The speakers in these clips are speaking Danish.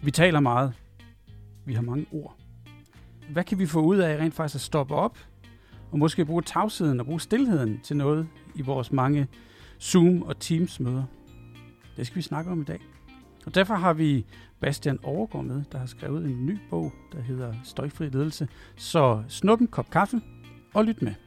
Vi taler meget. Vi har mange ord. Hvad kan vi få ud af rent faktisk at stoppe op, og måske bruge tavsheden og bruge stilheden til noget i vores mange Zoom- og Teams-møder? Det skal vi snakke om i dag. Og derfor har vi Bastian Overgaard med, der har skrevet en ny bog, der hedder Støjfri ledelse. Så snup en kop kaffe og lyt med.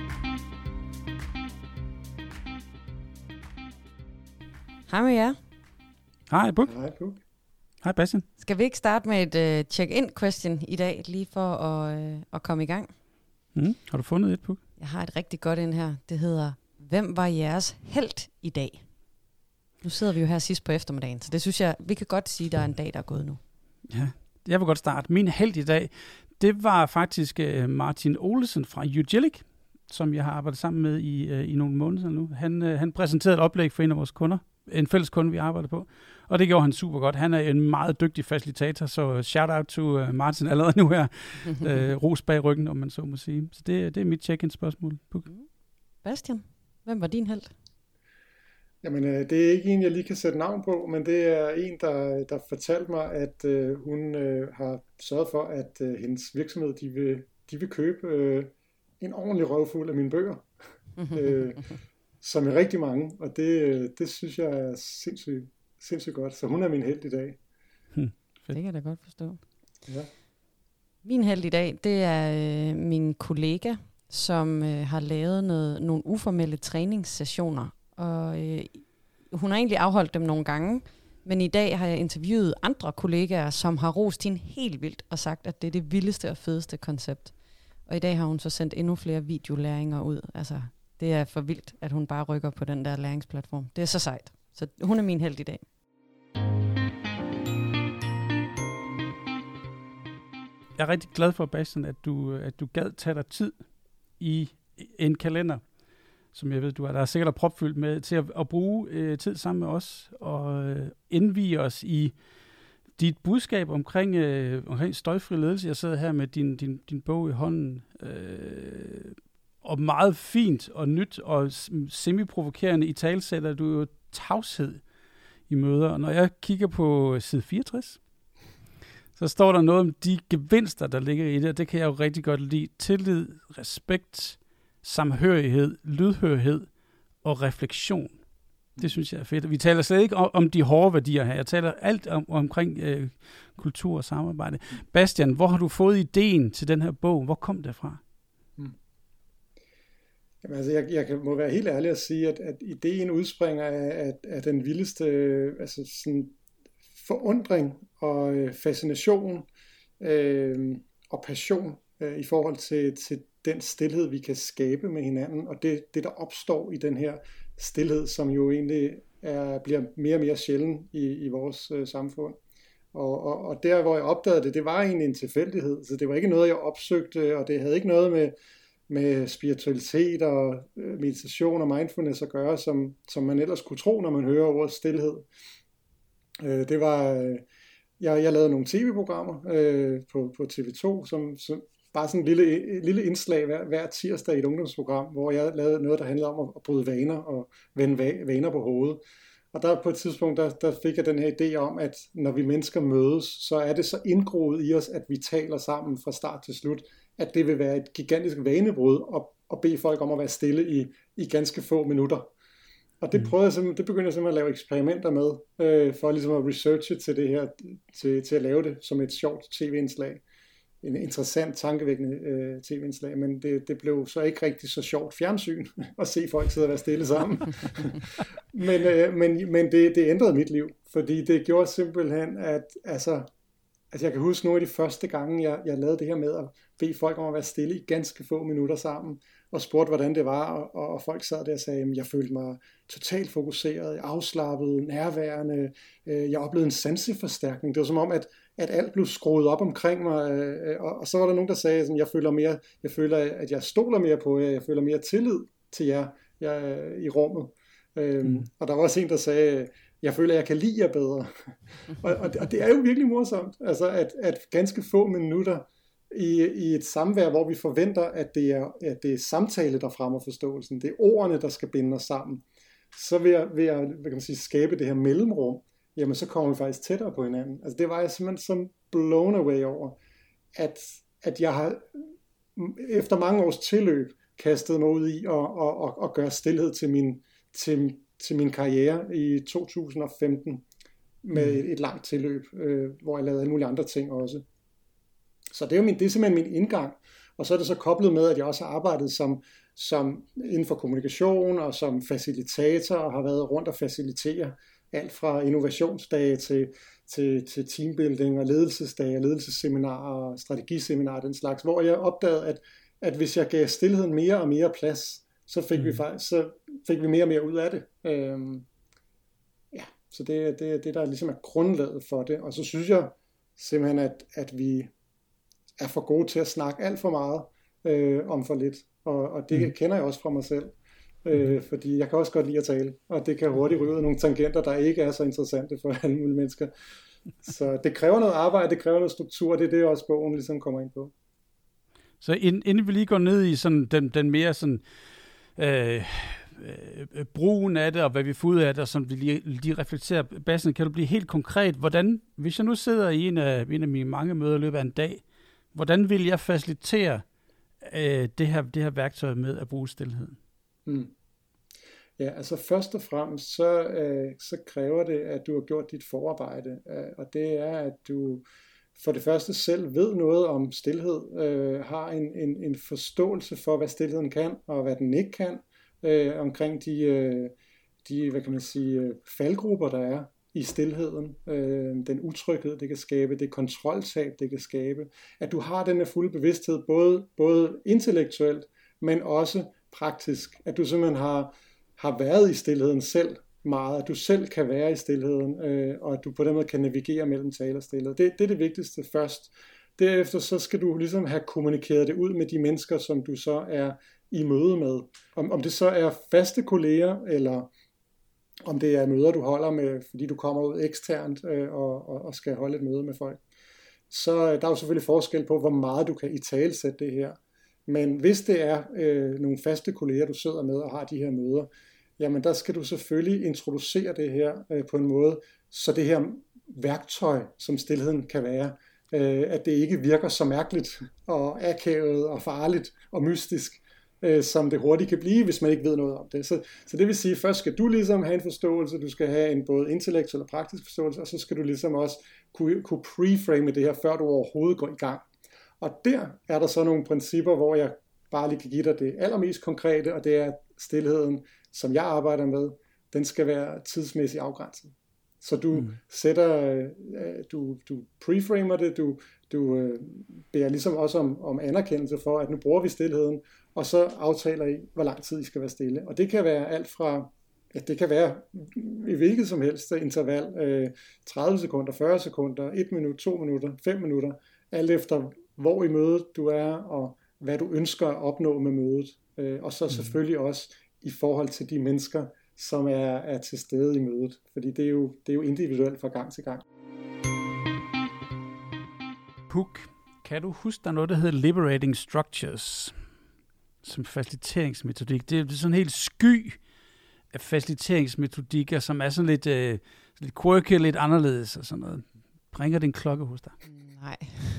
Hej med jer. Hej Puk. Hej Puk. Hej Bastian. Skal vi ikke starte med et check-in question i dag, lige for at komme i gang? Har du fundet et, Puk? Jeg har et rigtig godt ind her. Det hedder, hvem var jeres helt i dag? Nu sidder vi jo her sidst på eftermiddagen, så det synes jeg, vi kan godt sige, der er en dag, der er gået nu. Ja, jeg vil godt starte. Min helt i dag, det var faktisk Martin Olesen fra Ugilic, som jeg har arbejdet sammen med i nogle måneder nu. Han præsenterede et oplæg for en af vores kunder, en fælles kunde, vi arbejder på, og det gjorde han super godt. Han er en meget dygtig facilitator, så shout out to Martin allerede nu her. Ros bag ryggen, om man så må sige. Så det er mit check-in spørgsmål. Bastian, hvem var din helt? Jamen, det er ikke en, jeg lige kan sætte navn på, men det er en, der fortalte mig, at hun har sørget for, at hendes virksomhed, de vil købe en ordentlig røvfuld af mine bøger, som er rigtig mange, og det synes jeg er sindssygt godt. Så hun er min helt i dag. Det kan jeg da godt forstå. Ja. Min helt i dag, det er min kollega, som har lavet nogle uformelle træningssessioner, og hun har egentlig afholdt dem nogle gange, men i dag har jeg interviewet andre kollegaer, som har rost hende helt vildt og sagt, at det er det vildeste og fedeste koncept. Og i dag har hun så sendt endnu flere videolæringer ud. Altså, det er for vildt, at hun bare rykker på den der læringsplatform. Det er så sejt. Så hun er min helt i dag. Jeg er rigtig glad for, Bastian, at du gad tage dig tid i en kalender, som jeg ved, du er sikkert propfyldt med, til at bruge tid sammen med os og indvie os i dit budskab omkring støjfri ledelse. Jeg sidder her med din bog i hånden, og meget fint og nyt og semi-provokerende i talsætter du jo tavshed i møder. Og når jeg kigger på side 64, så står der noget om de gevinster, der ligger i det, og det kan jeg jo rigtig godt lide. Tillid, respekt, samhørighed, lydhørhed og refleksion. Det synes jeg er fedt. Vi taler slet ikke om de hårde værdier her. Jeg taler alt omkring kultur og samarbejde. Bastian, hvor har du fået ideen til den her bog? Hvor kom det fra? Jamen, altså, jeg må være helt ærlig at sige, at ideen udspringer af den vildeste sådan forundring og fascination og passion i forhold til den stilhed, vi kan skabe med hinanden, og det der opstår i den her stilhed, som jo egentlig bliver mere og mere sjælden i vores samfund. Og der, hvor jeg opdagede det var egentlig en tilfældighed, så det var ikke noget, jeg opsøgte, og det havde ikke noget med spiritualitet og meditation og mindfulness at gøre, som man ellers kunne tro, når man hører ordet stilhed. Det var, jeg lavede nogle tv-programmer på TV2, som bare sådan en lille indslag hver tirsdag i et ungdomsprogram, hvor jeg lavede noget, der handlede om at bryde vaner og vende vaner på hovedet. Og der på et tidspunkt, der fik jeg den her idé om, at når vi mennesker mødes, så er det så indgroet i os, at vi taler sammen fra start til slut, at det vil være et gigantisk vanebrud at bede folk om at være stille i ganske få minutter. Og det begyndte jeg simpelthen at lave eksperimenter med, for ligesom at researche til det her, til at lave det som et sjovt tv-indslag. En interessant, tankevækkende tv-indslag, men det blev så ikke rigtig så sjovt fjernsyn at se folk sidde og være stille sammen. men det ændrede mit liv, fordi det gjorde simpelthen, at altså jeg kan huske nogle af de første gange, jeg lavede det her med at bede folk om at være stille i ganske få minutter sammen, og spurgte, hvordan det var, og folk sad der og sagde, at jeg følte mig totalt fokuseret, afslappet, nærværende, jeg oplevede en sanseforstærkning. Det var som om, at alt blev skruet op omkring mig, og så var der nogen, der sagde, at jeg føler, at jeg stoler mere på jer, jeg føler mere tillid til jer i rummet. Og der var også en, der sagde, jeg føler, at jeg kan lide jer bedre. og det er jo virkelig morsomt, altså at ganske få minutter i et samvær, hvor vi forventer, at det er samtale, der fremmer forståelsen, det er ordene, der skal binde os sammen, så vil jeg hvad kan man sige, skabe det her mellemrum, jamen så kommer vi faktisk tættere på hinanden. Altså det var jeg simpelthen så blown away over, at jeg har efter mange års tilløb kastet mig ud i at gøre stilhed til min karriere i 2015 med et langt tilløb, hvor jeg lavede alle mulige andre ting også. Så det er simpelthen min indgang. Og så er det så koblet med, at jeg også har arbejdet som inden for kommunikation og som facilitator og har været rundt og facilitere alt fra innovationsdage til teambuilding og ledelsesdage og ledelsesseminarer og strategiseminarer den slags, hvor jeg opdagede, at hvis jeg gav stilheden mere og mere plads, så fik vi mere og mere ud af det. Så det er det, der ligesom er grundlaget for det. Og så synes jeg simpelthen, at vi er for gode til at snakke alt for meget om for lidt. Og det kender jeg også fra mig selv. Fordi jeg kan også godt lide at tale, og det kan hurtigt ryge ud af nogle tangenter, der ikke er så interessante for alle mulige mennesker. Så det kræver noget arbejde, det kræver noget struktur, det er det også bogen ligesom kommer ind på. Så inden vi lige går ned i sådan den mere sådan brugen af det, og hvad vi får ud af det, og sådan vi lige reflekterer, Bastian, kan du blive helt konkret, hvordan, hvis jeg nu sidder i en af mine mange møder i løbet af en dag, hvordan vil jeg facilitere det her værktøj med at bruge stilheden? Ja, altså først og fremmest, så kræver det, at du har gjort dit forarbejde, og det er, at du for det første selv ved noget om stilhed, har en forståelse for, hvad stilheden kan, og hvad den ikke kan, omkring de hvad kan man sige, faldgrupper, der er i stilheden, den utryghed, det kan skabe, det kontroltab, det kan skabe, at du har den her fulde bevidsthed, både intellektuelt, men også praktisk, at du simpelthen har været i stilheden selv meget, at du selv kan være i stilheden, og at du på den måde kan navigere mellem tale og stilhed. Det er det vigtigste først. Derefter så skal du ligesom have kommunikeret det ud med de mennesker, som du så er i møde med. Om det så er faste kolleger, eller om det er møder, du holder med, fordi du kommer ud eksternt og skal holde et møde med folk. Så der er jo selvfølgelig forskel på, hvor meget du kan italesætte det her. Men hvis det er nogle faste kolleger, du sidder med og har de her møder, jamen der skal du selvfølgelig introducere det her på en måde, så det her værktøj, som stilheden kan være, at det ikke virker så mærkeligt og akavet og farligt og mystisk, som det hurtigt kan blive, hvis man ikke ved noget om det. Så det vil sige, først skal du ligesom have en forståelse, du skal have en både intellektuel og praktisk forståelse, og så skal du ligesom også kunne preframe det her, før du overhovedet går i gang. Og der er der så nogle principper, hvor jeg bare lige kan give dig det allermest konkrete, og det er stilheden, som jeg arbejder med, den skal være tidsmæssigt afgrænset. Så du du preframer det, du beder ligesom også om anerkendelse for, at nu bruger vi stilheden, og så aftaler I, hvor lang tid I skal være stille. Og det kan være alt fra, det kan være i hvilket som helst interval, 30 sekunder, 40 sekunder, 1 minut, 2 minutter, 5 minutter, alt efter hvor i mødet du er, og hvad du ønsker at opnå med mødet. Og så selvfølgelig også i forhold til de mennesker, som er til stede i mødet. Fordi det er jo individuelt fra gang til gang. Puk, kan du huske, der er noget, der hedder Liberating Structures, som faciliteringsmetodik? Det er sådan en helt sky af faciliteringsmetodikker, som er sådan lidt quirky, lidt anderledes og sådan noget. Bringer det en klokke hos dig? Nej.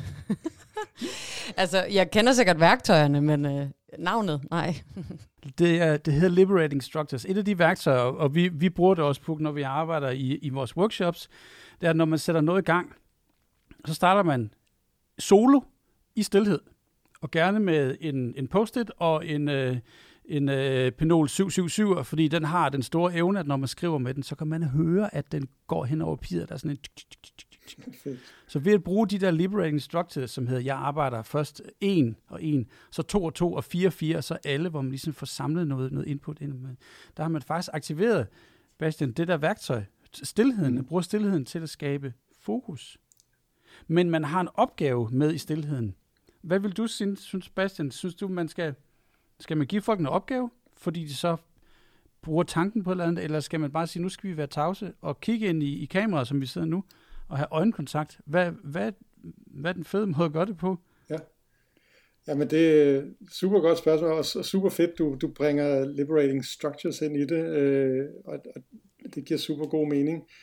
Altså, jeg kender sikkert værktøjerne, men navnet, nej. Det hedder Liberating Structures. Et af de værktøjer, og vi bruger det også, Puk, når vi arbejder i vores workshops, det er, at når man sætter noget i gang, så starter man solo i stilhed, og gerne med en post-it og en Pinol 777, fordi den har den store evne, at når man skriver med den, så kan man høre, at den går hen over papiret. Der er sådan en Så ved at bruge de der liberating structures, som hedder, jeg arbejder først 1 og 1, så 2 og 2 og 4 og 4, så alle, hvor man ligesom får samlet noget input ind. Der har man faktisk aktiveret, Bastian, det der værktøj, stilheden, bruger stilheden til at skabe fokus. Men man har en opgave med i stilheden. Hvad vil du synes, Bastian? Synes du, skal man give folk en opgave, fordi de så bruger tanken på et eller andet, eller skal man bare sige, nu skal vi være tavse og kigge ind i kameraet, som vi sidder nu, og have øjenkontakt? Hvad er den fede måde at gøre det på? Ja. Jamen det er super godt spørgsmål, og super fedt, du bringer liberating structures ind i det, og det giver super god mening.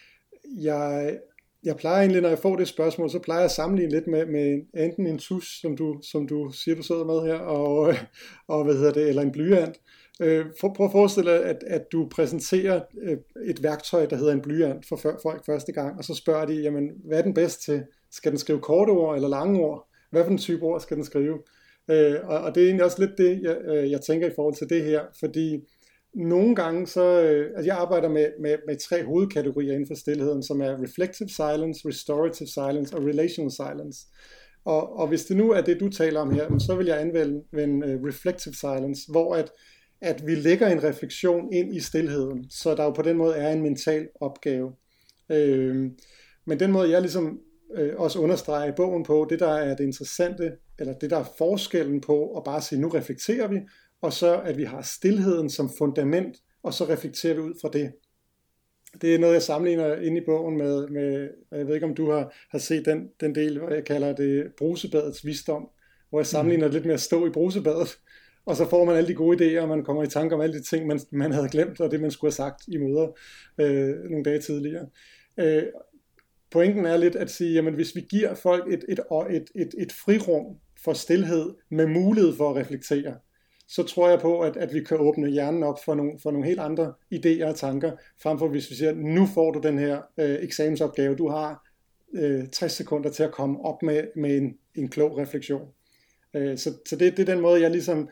jeg plejer egentlig, når jeg får det spørgsmål, så plejer jeg at sammenligne lidt med enten en tus, som du siger, du sidder med her, og eller en blyant. Prøv at forestille dig, at du præsenterer et værktøj, der hedder en blyant for folk første gang, og så spørger de, jamen, hvad er den bedst til? Skal den skrive korte ord eller lange ord? Hvad for en type ord skal den skrive? Og det er egentlig også lidt det, jeg tænker i forhold til det her, fordi nogle gange så, jeg arbejder med 3 hovedkategorier inden for stilheden, som er reflective silence, restorative silence og relational silence. Og hvis det nu er det, du taler om her, så vil jeg anvende reflective silence, hvor at vi lægger en refleksion ind i stilheden, så der jo på den måde er en mental opgave. Men den måde, jeg ligesom også understreger i bogen på, det der er det interessante, eller det der er forskellen på at bare sige, nu reflekterer vi, og så at vi har stilheden som fundament, og så reflekterer vi ud fra det. Det er noget, jeg sammenligner inde i bogen med jeg ved ikke, om du har set den del, hvor jeg kalder det brusebadets visdom, hvor jeg sammenligner lidt med at stå i brusebadet, og så får man alle de gode idéer, og man kommer i tanke om alle de ting, man havde glemt, og det man skulle have sagt i møder nogle dage tidligere. Pointen er lidt at sige, jamen hvis vi giver folk et frirum for stilhed med mulighed for at reflektere, så tror jeg på, at vi kan åbne hjernen op for nogle helt andre idéer og tanker, frem for hvis vi siger, nu får du den her eksamensopgave, du har 60 sekunder til at komme op med en klog refleksion. Så det er den måde, jeg ligesom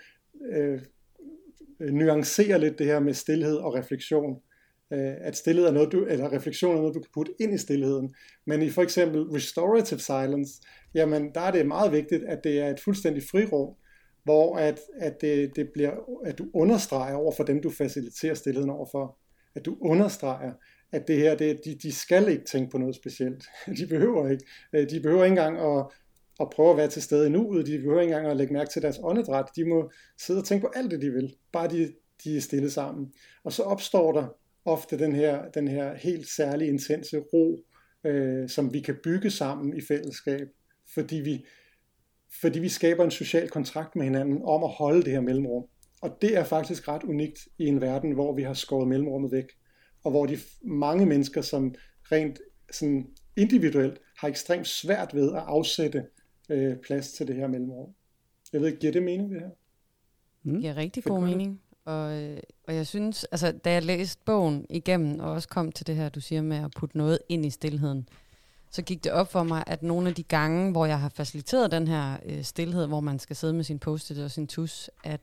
nuancerer lidt det her med stilhed og refleksion. At stilhed er noget, eller refleksion er noget, du kan putte ind i stilheden. Men i for eksempel restorative silence, jamen der er det meget vigtigt, at det er et fuldstændig frirum, hvor det bliver, at du understreger over for dem, du faciliterer stilheden overfor. At du understreger, at det her, de skal ikke tænke på noget specielt. De behøver ikke. De behøver ikke engang at prøve at være til stede i nuet. De behøver ikke engang at lægge mærke til deres åndedræt. De må sidde og tænke på alt det, de vil. Bare de er stille sammen. Og så opstår der ofte den her helt særlig intense ro, som vi kan bygge sammen i fællesskab, fordi vi skaber en social kontrakt med hinanden om at holde det her mellemrum. Og det er faktisk ret unikt i en verden, hvor vi har skåret mellemrummet væk, og hvor de mange mennesker, som rent sådan individuelt har ekstremt svært ved at afsætte plads til det her mellemrum. Jeg ved ikke, giver det mening det her? Det giver rigtig god mening. Og jeg synes, altså da jeg læste bogen igennem, og også kom til det her, du siger med at putte noget ind i stilheden, så gik det op for mig, at nogle af de gange, hvor jeg har faciliteret den her stilhed, hvor man skal sidde med sin post-it og sin tus, at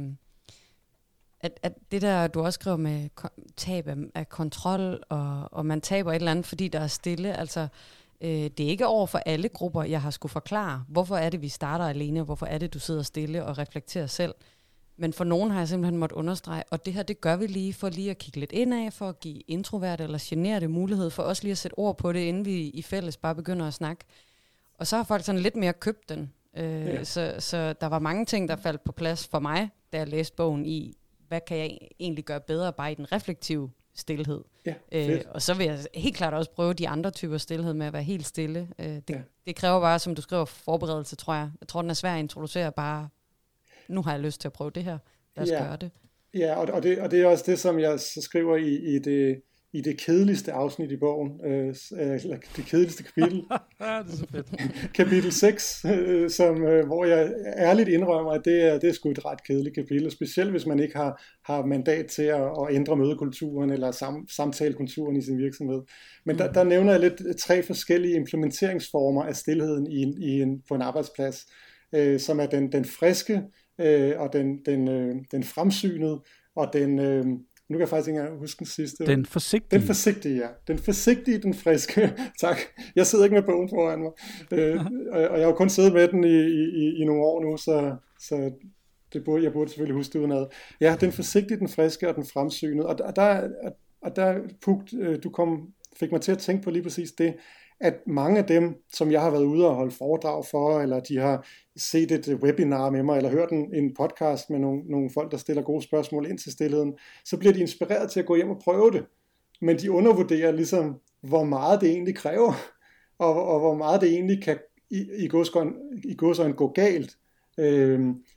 det der, du også skriver med tab af kontrol, og man taber et eller andet, fordi der er stille, altså det er ikke over for alle grupper, jeg har skulle forklare, hvorfor er det, vi starter alene, og hvorfor er det, du sidder stille og reflekterer selv. Men for nogen har jeg simpelthen måttet understrege, og det her, det gør vi lige for lige at kigge lidt indad, for at give introverte eller generede mulighed for også lige at sætte ord på det, inden vi i fælles bare begynder at snakke. Og så har folk sådan lidt mere købt den. Så der var mange ting, der faldt på plads for mig, da jeg læste bogen i, hvad kan jeg egentlig gøre bedre bare i den reflektive stilhed. Og så vil jeg helt klart også prøve de andre typer stilhed med at være helt stille. Det kræver bare, som du skriver, forberedelse, tror jeg. Jeg tror, den er svær at introducere bare. Nu har jeg lyst til at prøve det her. Lad os gøre det. Ja, og det er også det, som jeg så skriver i det kedeligste afsnit i bogen, eller det kedeligste kapitel. Det er så fedt. Kapitel 6, hvor jeg ærligt indrømmer, at det er sgu et ret kedeligt kapitel, specielt hvis man ikke har mandat til at ændre mødekulturen eller samtalekulturen i sin virksomhed. Men der nævner jeg lidt 3 forskellige implementeringsformer af stilheden på en arbejdsplads, som er den friske, og den fremsynede, og den, nu kan jeg faktisk ikke engang huske den sidste. Den forsigtige. Den forsigtige, ja. Den forsigtige, den friske. Tak. Jeg sidder ikke med bogen foran mig. Og jeg har kun siddet med den i nogle år nu, så jeg burde selvfølgelig huske det udenad. Ja, den forsigtige, den friske og den fremsynede. Og der fik mig til at tænke på lige præcis det, at mange af dem, som jeg har været ude og holde foredrag for, eller de har set et webinar med mig, eller hørt en podcast med nogle folk, der stiller gode spørgsmål ind til stilheden, så bliver de inspireret til at gå hjem og prøve det. Men de undervurderer ligesom, hvor meget det egentlig kræver, og hvor meget det egentlig kan i godsøjne gå galt.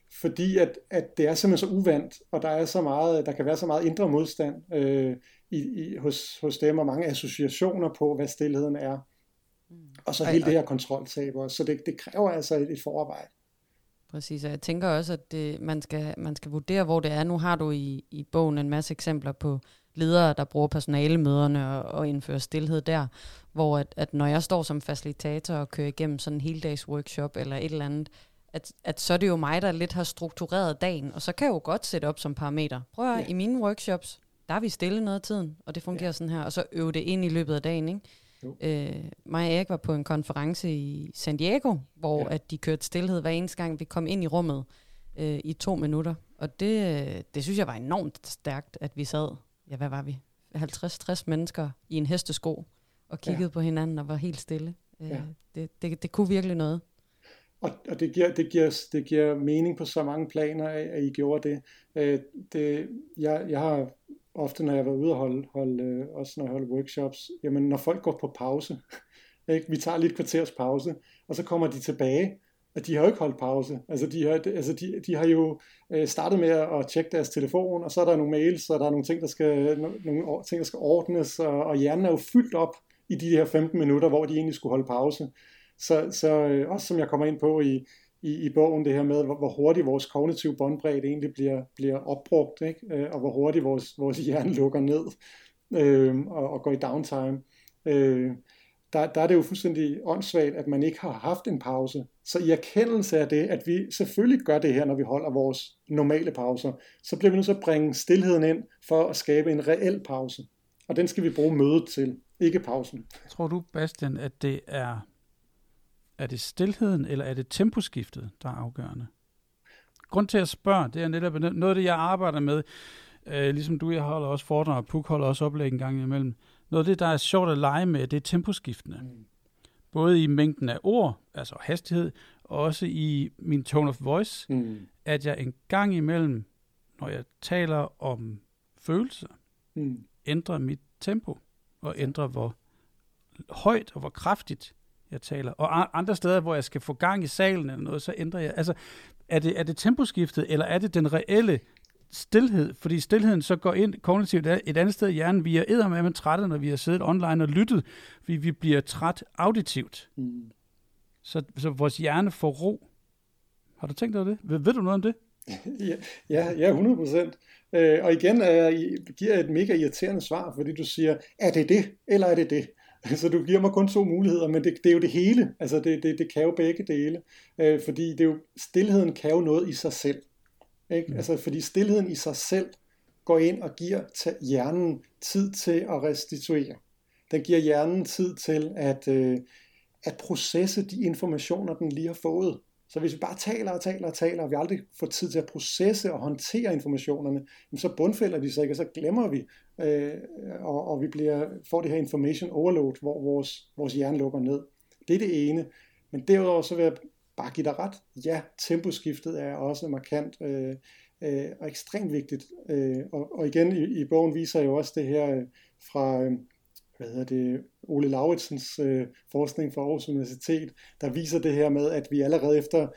fordi at det er simpelthen så uvandt, og der kan være så meget indre modstand hos dem, og mange associationer på, hvad stilheden er. Og så hele det her kontroltab også. Så det kræver altså et forarbejde. Præcis, og jeg tænker også, at man skal vurdere, hvor det er. Nu har du i bogen en masse eksempler på ledere, der bruger personalemøderne og indfører stilhed der, hvor at når jeg står som facilitator og kører igennem sådan en heldags workshop eller et eller andet, at så er det jo mig, der lidt har struktureret dagen, og så kan jeg jo godt sætte op som parameter. Prøv at i mine workshops, der er vi stille noget af tiden, og det fungerer sådan her, og så øve det ind i løbet af dagen, ikke? Mig og Erik var på en konference i San Diego, hvor at de kørte stillhed hver eneste gang, vi kom ind i rummet i 2 minutter. Og det synes jeg var enormt stærkt, at vi sad, hvad var vi? 50-60 mennesker i en hestesko og kiggede på hinanden og var helt stille. Det kunne virkelig noget. Og det giver mening på så mange planer, at I gjorde det. Jeg har ofte, når jeg var ude og holde også når jeg holder workshops, jamen når folk går på pause, ikke? Vi tager lidt kvarters pause, og så kommer de tilbage, og de har jo ikke holdt pause. Altså de har jo startet med at tjekke deres telefon, og så er der nogle mails, og der er nogle ting, der skal ordnes, og hjernen er jo fyldt op i de her 15 minutter, hvor de egentlig skulle holde pause. Så også som jeg kommer ind på i bogen, det her med, hvor hurtigt vores kognitive båndbredde egentlig bliver opbrugt, ikke? Og hvor hurtigt vores hjerne lukker ned og går i downtime. Der er det jo fuldstændig åndssvagt, at man ikke har haft en pause. Så i erkendelse af det, at vi selvfølgelig gør det her, når vi holder vores normale pauser, så bliver vi nødt til at bringe stilheden ind for at skabe en reel pause. Og den skal vi bruge mødet til, ikke pausen. Tror du, Bastian, at det er det stilheden, eller er det temposkiftet, der er afgørende? Grund til at spørge, det er netop noget af det, jeg arbejder med, ligesom du, jeg holder også foredrag, og Puk holder også oplæg en gang imellem. Noget af det, der er sjovt at lege med, det er temposkiftene. Både i mængden af ord, altså hastighed, og også i min tone of voice, at jeg en gang imellem, når jeg taler om følelser, ændrer mit tempo, og ændrer hvor højt og hvor kraftigt jeg taler. Og andre steder, hvor jeg skal få gang i salen eller noget, så ændrer jeg. Altså, er det temposkiftet, eller er det den reelle stilhed? Fordi stilheden så går ind kognitivt et andet sted i hjernen. Vi er eddermame trætte, når vi har siddet online og lyttet, fordi vi bliver træt auditivt. Så vores hjerne får ro. Har du tænkt over det? Ved du noget om det? Ja, 100%. Og igen giver jeg et mega irriterende svar, fordi du siger, er det det, eller er det det? Så du giver mig kun 2 muligheder, men det er jo det hele. Altså det kan jo begge dele. Fordi det er jo, stilheden kan jo noget i sig selv. Ikke? Altså fordi stilheden i sig selv går ind og giver hjernen tid til at restituere. Den giver hjernen tid til at processe de informationer, den lige har fået. Så hvis vi bare taler, og vi aldrig får tid til at processe og håndtere informationerne, så bundfælder de sig ikke, og så glemmer vi, og vi får det her information overload, hvor vores hjerne lukker ned. Det er det ene. Men derudover så vil jeg bare give dig ret. Ja, temposkiftet er også markant og ekstremt vigtigt. Og igen i bogen viser jeg jo også det her fra Ole Lauritzens forskning fra Aarhus Universitet, der viser det her med, at vi allerede efter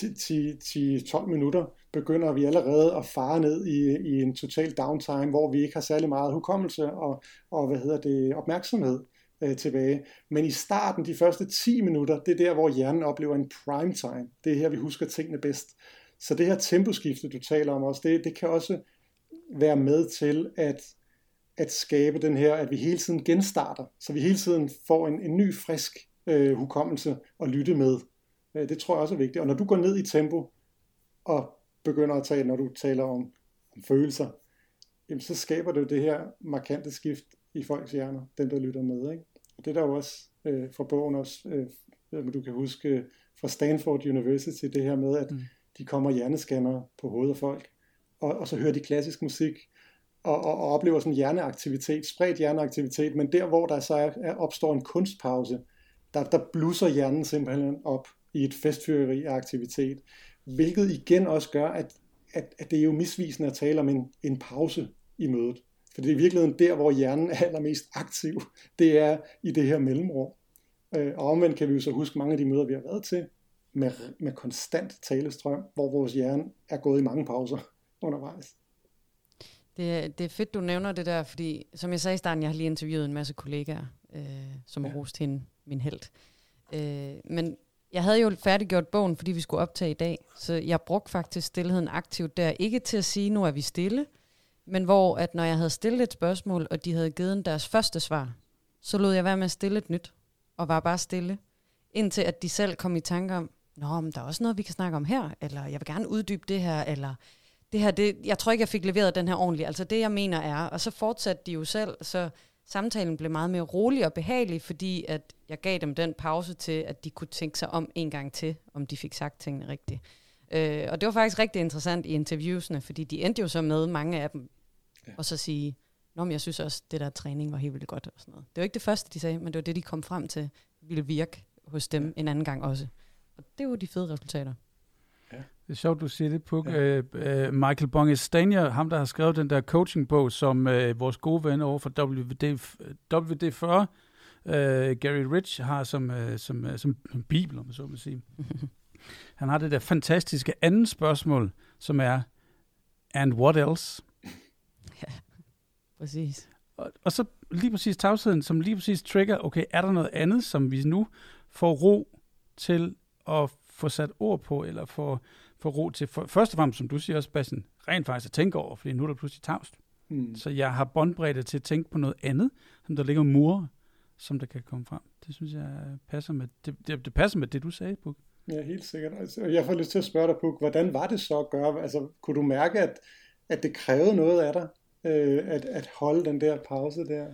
10-12 minutter begynder vi allerede at fare ned i en total downtime, hvor vi ikke har særlig meget hukommelse og opmærksomhed tilbage. Men i starten, de første 10 minutter, det er der, hvor hjernen oplever en prime time. Det er her, vi husker tingene bedst. Så det her temposkifte, du taler om også, det kan også være med til at skabe den her, at vi hele tiden genstarter, så vi hele tiden får en ny, frisk hukommelse at lytte med. Det tror jeg også er vigtigt. Og når du går ned i tempo og begynder at tale, når du taler om følelser, jamen, så skaber det det her markante skift i folks hjerner, dem der lytter med. Ikke? Og det er der jo også fra bogen også, du kan huske fra Stanford University, det her med, at de kommer hjernescanner på hovedet af folk, og så hører de klassisk musik, og oplever sådan hjerneaktivitet, spredt hjerneaktivitet, men der hvor der så opstår en kunstpause, der blusser hjernen simpelthen op i et festfyrværkeri af aktivitet, hvilket igen også gør, at det er jo misvisende at tale om en pause i mødet. For det er i virkeligheden der, hvor hjernen er allermest aktiv, det er i det her mellemrum. Og omvendt kan vi jo så huske mange af de møder, vi har været til, med konstant talestrøm, hvor vores hjerne er gået i mange pauser undervejs. Det er fedt, du nævner det der, fordi som jeg sagde i starten, jeg har lige interviewet en masse kollegaer, som har rost hende, min helt. Men jeg havde jo færdiggjort bogen, fordi vi skulle optage i dag, så jeg brugte faktisk stillheden aktivt der. Ikke til at sige, nu er vi stille, men hvor at når jeg havde stillet et spørgsmål, og de havde givet deres første svar, så lod jeg være med at stille et nyt, og var bare stille, indtil at de selv kom i tanke om, men der er også noget, vi kan snakke om her, eller jeg vil gerne uddybe det her, eller det her, jeg tror ikke, jeg fik leveret den her ordentligt. Altså det, jeg mener er, og så fortsatte de jo selv, så samtalen blev meget mere rolig og behagelig, fordi at jeg gav dem den pause til, at de kunne tænke sig om en gang til, om de fik sagt tingene rigtigt. Og det var faktisk rigtig interessant i interviewsene, fordi de endte jo så med, mange af dem, og så sige, men jeg synes også, det der træning var helt vildt godt og sådan noget. Det var ikke det første, de sagde, men det var det, de kom frem til, ville virke hos dem en anden gang også. Og det var de fede resultater. Ja. Det er sjovt, du siger det, Puk. Ja. Michael Bonestanier, ham der har skrevet den der coachingbog, som vores gode ven over for WD-40, Gary Rich, har som bibel, om man så må sige. Han har det der fantastiske andet spørgsmål, som er, and what else? Ja, præcis. Og så lige præcis tavsheden, som lige præcis trigger, okay, er der noget andet, som vi nu får ro til at få sat ord på, eller få ro til, først og fremmest, som du siger også, Bastian, rent faktisk at tænke over, fordi nu er der pludselig tavst. Så jeg har båndbredde til at tænke på noget andet, som der ligger murer, som der kan komme frem. Det synes jeg passer med, det passer med det, du sagde, Puk. Ja, helt sikkert. Altså, jeg får lyst til at spørge dig, Puk, hvordan var det så at gøre? Altså, kunne du mærke, at det krævede noget af dig, at holde den der pause der?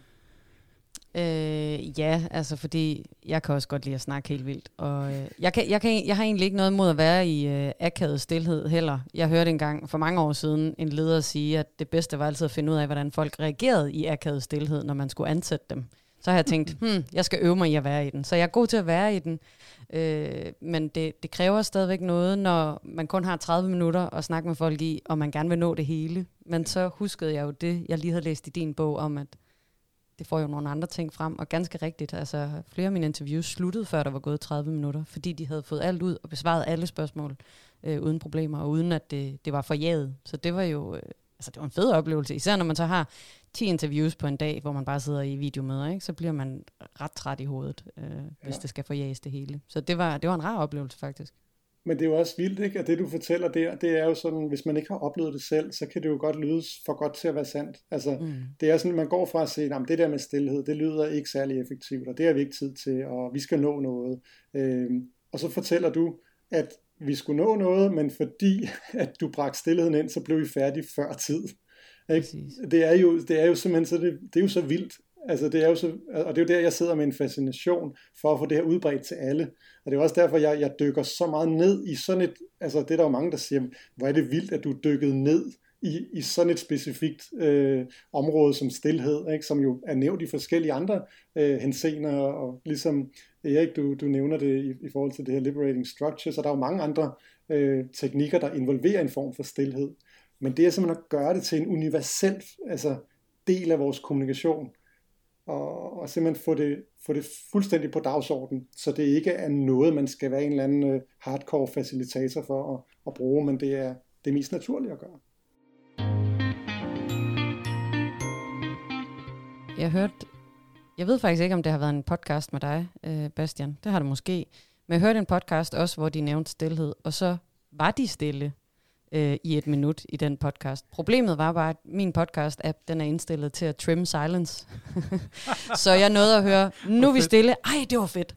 Ja, altså fordi jeg kan også godt lide at snakke helt vildt, og jeg har egentlig ikke noget imod at være i akavet stilhed heller. Jeg hørte engang for mange år siden en leder sige, at det bedste var altid at finde ud af, hvordan folk reagerede i akavet stilhed, når man skulle ansætte dem. Så har jeg tænkt, jeg skal øve mig i at være i den. Så jeg er god til at være i den, men det kræver stadigvæk noget, når man kun har 30 minutter at snakke med folk i, og man gerne vil nå det hele. Men så huskede jeg jo det, jeg lige havde læst i din bog om, at det får jo nogle andre ting frem, og ganske rigtigt, altså flere af mine interviews sluttede, før der var gået 30 minutter, fordi de havde fået alt ud og besvaret alle spørgsmål uden problemer, og uden at det var forjaget. Så det var jo det var en fed oplevelse, især når man så har 10 interviews på en dag, hvor man bare sidder i videomøder, ikke? Så bliver man ret træt i hovedet, hvis det skal forjages det hele. Så det var en rar oplevelse faktisk. Men det er jo også vildt, ikke? At det du fortæller der, det er jo sådan, hvis man ikke har oplevet det selv, så kan det jo godt lyde for godt til at være sandt. Altså, det er sådan, man går fra at sige, det der med stilhed, det lyder ikke særlig effektivt, og det har vi ikke tid til, og vi skal nå noget. Og så fortæller du, at vi skulle nå noget, men fordi at du bragte stillheden ind, så blev vi færdige før tid. Ikke? Det er jo simpelthen så det er jo så vildt. Altså det er jo så, og det er jo der jeg sidder med en fascination for at få det her udbredt til alle. Og det er også derfor jeg dykker så meget ned i sådan et, altså det er der jo mange der siger, hvor er det vildt at du dykkede ned i sådan et specifikt område som stilhed, ikke? Som jo er nævnt i forskellige andre henseender, og ligesom Erik, du nævner det i forhold til det her liberating structure, så der er jo mange andre teknikker, der involverer en form for stilhed. Men det er simpelthen at gøre det til en universel del af vores kommunikation, og simpelthen få det fuldstændig på dagsordenen, så det ikke er noget, man skal være en eller anden hardcore facilitator for at bruge, men det er det mest naturlige at gøre. Jeg ved faktisk ikke, om det har været en podcast med dig, Bastian. Det har det måske. Men jeg hørte en podcast også, hvor de nævnte stilhed, og så var de stille i 1 minut i den podcast. Problemet var bare, at min podcast-app, den er indstillet til at trim silence. Så jeg nåede at høre, nu er vi stille. Ej, det var fedt.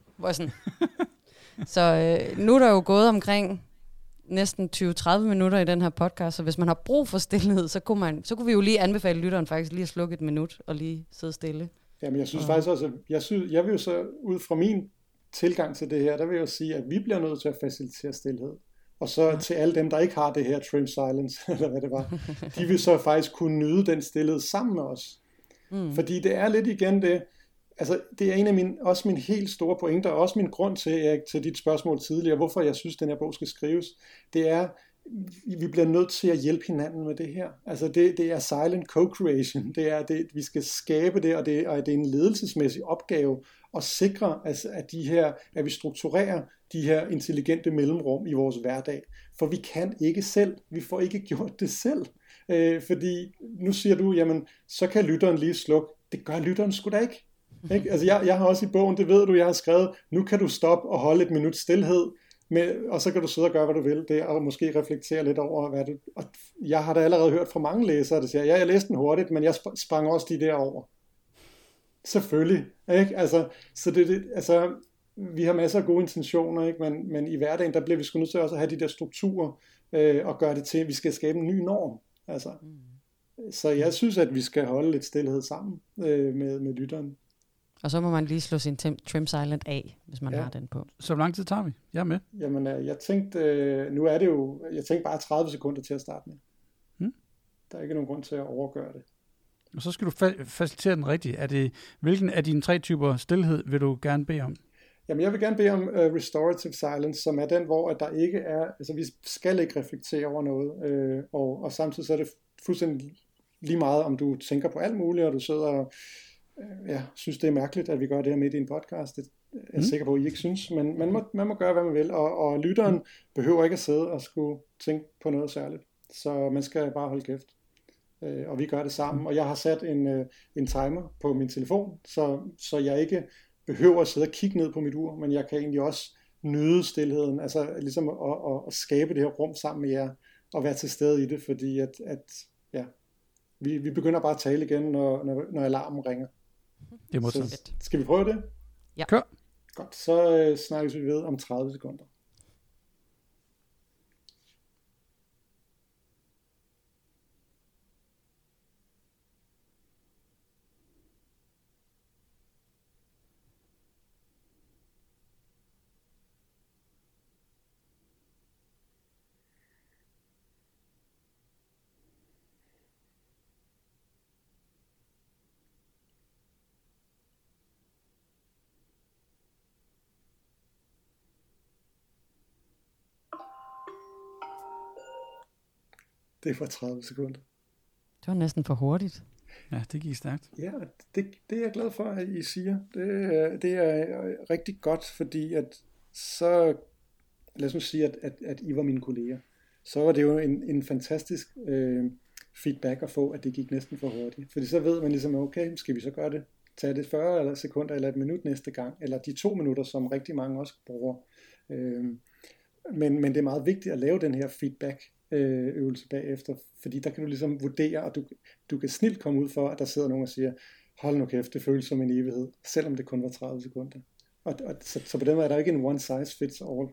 Så nu er der jo gået omkring næsten 20-30 minutter i den her podcast, så hvis man har brug for stillhed, så kunne vi jo lige anbefale lytteren faktisk lige at slukke 1 minut og lige sidde stille. Jamen jeg synes faktisk også, jeg vil jo så ud fra min tilgang til det her, der vil jeg jo sige, at vi bliver nødt til at facilitere stillhed. Og så til alle dem, der ikke har det her trim silence, eller hvad det var, de vil så faktisk kunne nyde den stillhed sammen med os. Fordi det er lidt igen det, altså det er en af mine helt store pointer, og også min grund til dit spørgsmål tidligere, hvorfor jeg synes, den her bog skal skrives, det er, vi bliver nødt til at hjælpe hinanden med det her. Altså det er silent co-creation. Det er det, vi skal skabe det, og det er en ledelsesmæssig opgave at sikre, altså, at vi strukturerer de her intelligente mellemrum i vores hverdag. For vi kan ikke selv. Vi får ikke gjort det selv. Fordi nu siger du, jamen, så kan lytteren lige slukke. Det gør lytteren sgu da ikke. Ikke? Altså jeg har også i bogen, det ved du, jeg har skrevet, nu kan du stoppe og holde et minut stilhed, og så kan du sidde og gøre, hvad du vil, det, og måske reflektere lidt over, hvad du... Og jeg har da allerede hørt fra mange læsere, der siger, ja, jeg læste den hurtigt, men jeg sprang også de der over. Selvfølgelig, ikke? Altså, så altså, vi har masser af gode intentioner, ikke? Men i hverdagen, der bliver vi sgu nødt til også at have de der strukturer, og gøre det til, at vi skal skabe en ny norm. Altså. Så jeg synes, at vi skal holde lidt stillhed sammen med lytteren. Og så må man lige slå sin Trim Silent af, hvis man har den på. Så hvor lang tid tager vi? Jeg er med. Jamen, jeg tænkte, nu er det jo, jeg tænkte bare 30 sekunder til at starte med. Der er ikke nogen grund til at overgøre det. Og så skal du facilitere den rigtigt. Hvilken af dine 3 typer stillhed vil du gerne bede om? Jamen, jeg vil gerne bede om restorative silence, som er den, hvor at der ikke er, altså vi skal ikke reflektere over noget, og samtidig så er det fuldstændig lige meget, om du tænker på alt muligt, og du sidder og synes, det er mærkeligt, at vi gør det her midt i en podcast. Det er jeg sikker på, at I ikke synes, men man må gøre, hvad man vil, og lytteren behøver ikke at sidde og skulle tænke på noget særligt. Så man skal bare holde kæft. Og vi gør det sammen, og jeg har sat en timer på min telefon, så jeg ikke behøver at sidde og kigge ned på mit ur, men jeg kan egentlig også nyde stilheden, altså ligesom at skabe det her rum sammen med jer, og være til stede i det, fordi vi begynder bare at tale igen, når alarmen ringer. Det er modtaget. Så skal vi prøve det? Ja. Kør. Godt, så snakkes vi ved om 30 sekunder. Det var 30 sekunder. Det var næsten for hurtigt. Ja, det gik stærkt. Ja, det er jeg glad for, at I siger. Det er rigtig godt, fordi at så, lad os nu sige, at I var mine kolleger. Så var det jo en fantastisk feedback at få, at det gik næsten for hurtigt. Fordi så ved man ligesom, okay, skal vi så gøre det? Tage det 40 eller sekunder eller et minut næste gang, eller de 2 minutter, som rigtig mange også bruger. Men det er meget vigtigt at lave den her feedback øvelse bagefter, fordi der kan du ligesom vurdere, og du kan snilt komme ud for, at der sidder nogen og siger, hold nu kæft, det føles som en evighed, selvom det kun var 30 sekunder. Så på den måde er der ikke en one size fits all.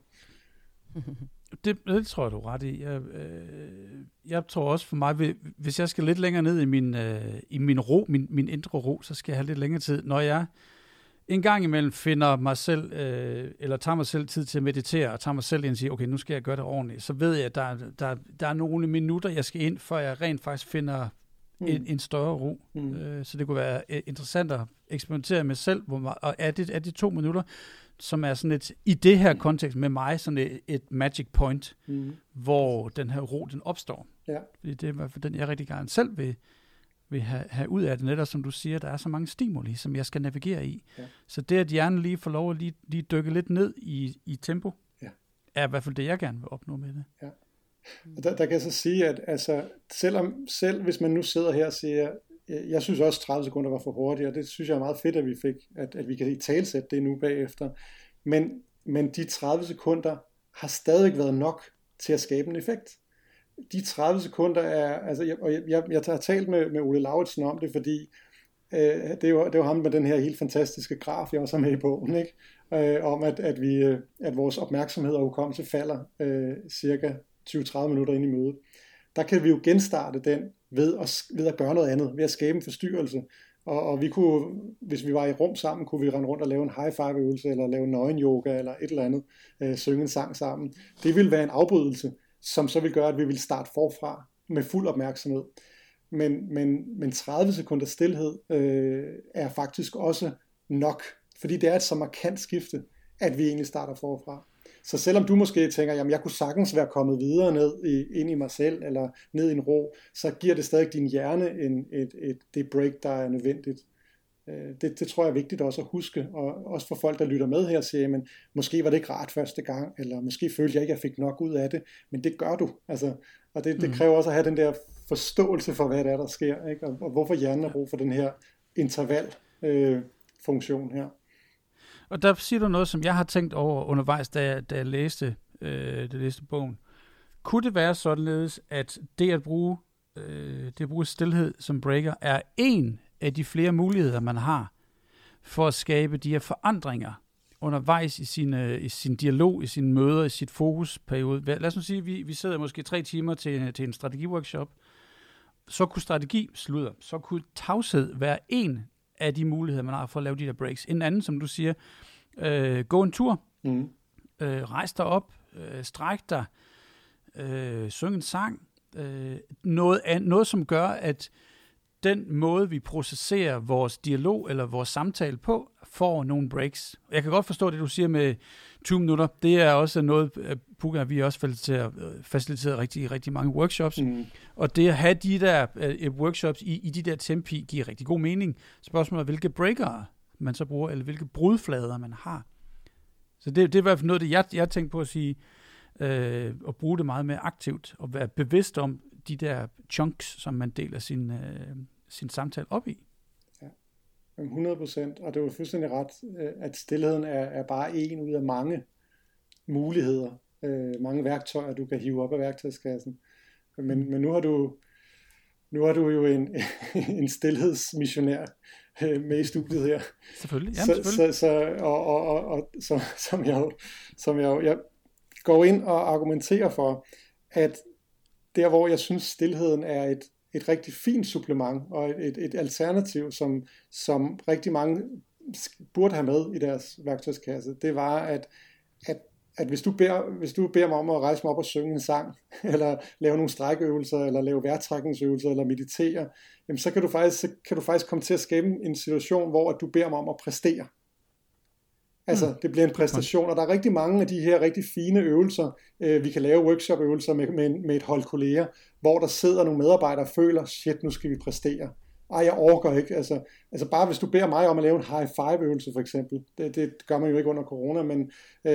Det tror jeg, du er ret i. Jeg tror også for mig, hvis jeg skal lidt længere ned i min ro, min indre ro, så skal jeg have lidt længere tid. Når jeg en gang imellem finder mig selv, eller tager mig selv tid til at meditere, og tager mig selv ind og siger, okay, nu skal jeg gøre det ordentligt, så ved jeg, at der er nogle minutter, jeg skal ind, før jeg rent faktisk finder en større ro. Så det kunne være interessant at eksperimentere med selv, og er det 2 minutter, som er sådan i det her kontekst med mig, sådan et magic point, hvor den her ro, den opstår. Ja. Fordi det er i hvert fald den, jeg rigtig gerne selv vil have ud af det, netop som du siger, der er så mange stimuli, som jeg skal navigere i. Ja. Så det, at hjernen lige får lov at lige dykke lidt ned i tempo, er i hvert fald det, jeg gerne vil opnå med det. Ja. Og der kan jeg så sige, at altså, selv hvis man nu sidder her og siger, jeg synes også 30 sekunder var for hurtigt, og det synes jeg er meget fedt, at vi fik, at vi kan i talsætte det nu bagefter. Men de 30 sekunder har stadig været nok til at skabe en effekt. De 30 sekunder er, altså, jeg har talt med Ole Lauritsen om det, fordi det er jo ham med den her helt fantastiske graf, jeg også har med i bogen, ikke? Om at vores opmærksomhed og hukommelse falder cirka 20-30 minutter ind i mødet. Der kan vi jo genstarte den ved at gøre noget andet, ved at skabe en forstyrrelse. Og vi kunne, hvis vi var i rum sammen, kunne vi rende rundt og lave en high five øvelse, eller lave nøgen yoga, eller et eller andet, synge en sang sammen. Det ville være en afbrydelse, som så vil gøre, at vi vil starte forfra med fuld opmærksomhed. Men 30 sekunder stilhed er faktisk også nok, fordi det er et så markant skifte, at vi egentlig starter forfra. Så selvom du måske tænker, jamen jeg kunne sagtens være kommet videre ind i mig selv, eller ned i en ro, så giver det stadig din hjerne det break, der er nødvendigt. Det tror jeg er vigtigt også at huske, og også for folk, der lytter med her, siger, men måske var det ikke rart første gang, eller måske følte jeg ikke, at jeg fik nok ud af det, men det gør du. Altså, og det kræver også at have den der forståelse for, hvad det er, der sker, ikke? Og hvorfor hjernen har brug for den her intervalfunktion her. Og der siger du noget, som jeg har tænkt over undervejs, da jeg læste bogen. Kunne det være således, at det at bruge stilhed som breaker er en af de flere muligheder, man har for at skabe de her forandringer undervejs i sin dialog, i sine møder, i sit fokusperiode. Lad os nu sige, vi sidder måske 3 timer til en strategiworkshop. Så kunne tavshed være en af de muligheder, man har for at lave de der breaks. En anden, som du siger, gå en tur, rejs dig op, stræk dig, syng en sang, noget som gør, at den måde, vi processerer vores dialog eller vores samtale på, får nogle breaks. Jeg kan godt forstå det, du siger med 20 minutter. Det er også noget, Puka, vi også faciliterer rigtig, rigtig mange workshops. Og det at have de der workshops i de der tempi, giver rigtig god mening. Spørgsmålet er, hvilke breakere man så bruger, eller hvilke brudflader man har. Så det er i hvert fald noget, det jeg tænkte på at sige, at bruge det meget mere aktivt, og være bevidst om de der chunks, som man deler sin samtale op i. Ja, 100%, og det er jo fuldstændig ret, at stilheden er bare en ud af mange muligheder, mange værktøjer, du kan hive op af værktøjskassen. Men nu har du jo en stilhedsmissionær med i studiet her. Selvfølgelig, ja, selvfølgelig. Som jeg går ind og argumenterer for, at der hvor jeg synes stilheden er et rigtig fint supplement og et alternativ, som rigtig mange burde have med i deres værktøjskasse, det var, at hvis du beder mig om at rejse mig op og synge en sang, eller lave nogle strækøvelser, eller lave vejrtrækningsøvelser, eller meditere, jamen så kan du faktisk komme til at skabe en situation, hvor du beder mig om at præstere. Altså, det bliver en præstation, og der er rigtig mange af de her rigtig fine øvelser, vi kan lave workshop-øvelser med et hold kolleger, hvor der sidder nogle medarbejdere og føler, shit, nu skal vi præstere. Ej, jeg orker ikke. Altså bare hvis du beder mig om at lave en high five øvelse for eksempel, det gør man jo ikke under corona, men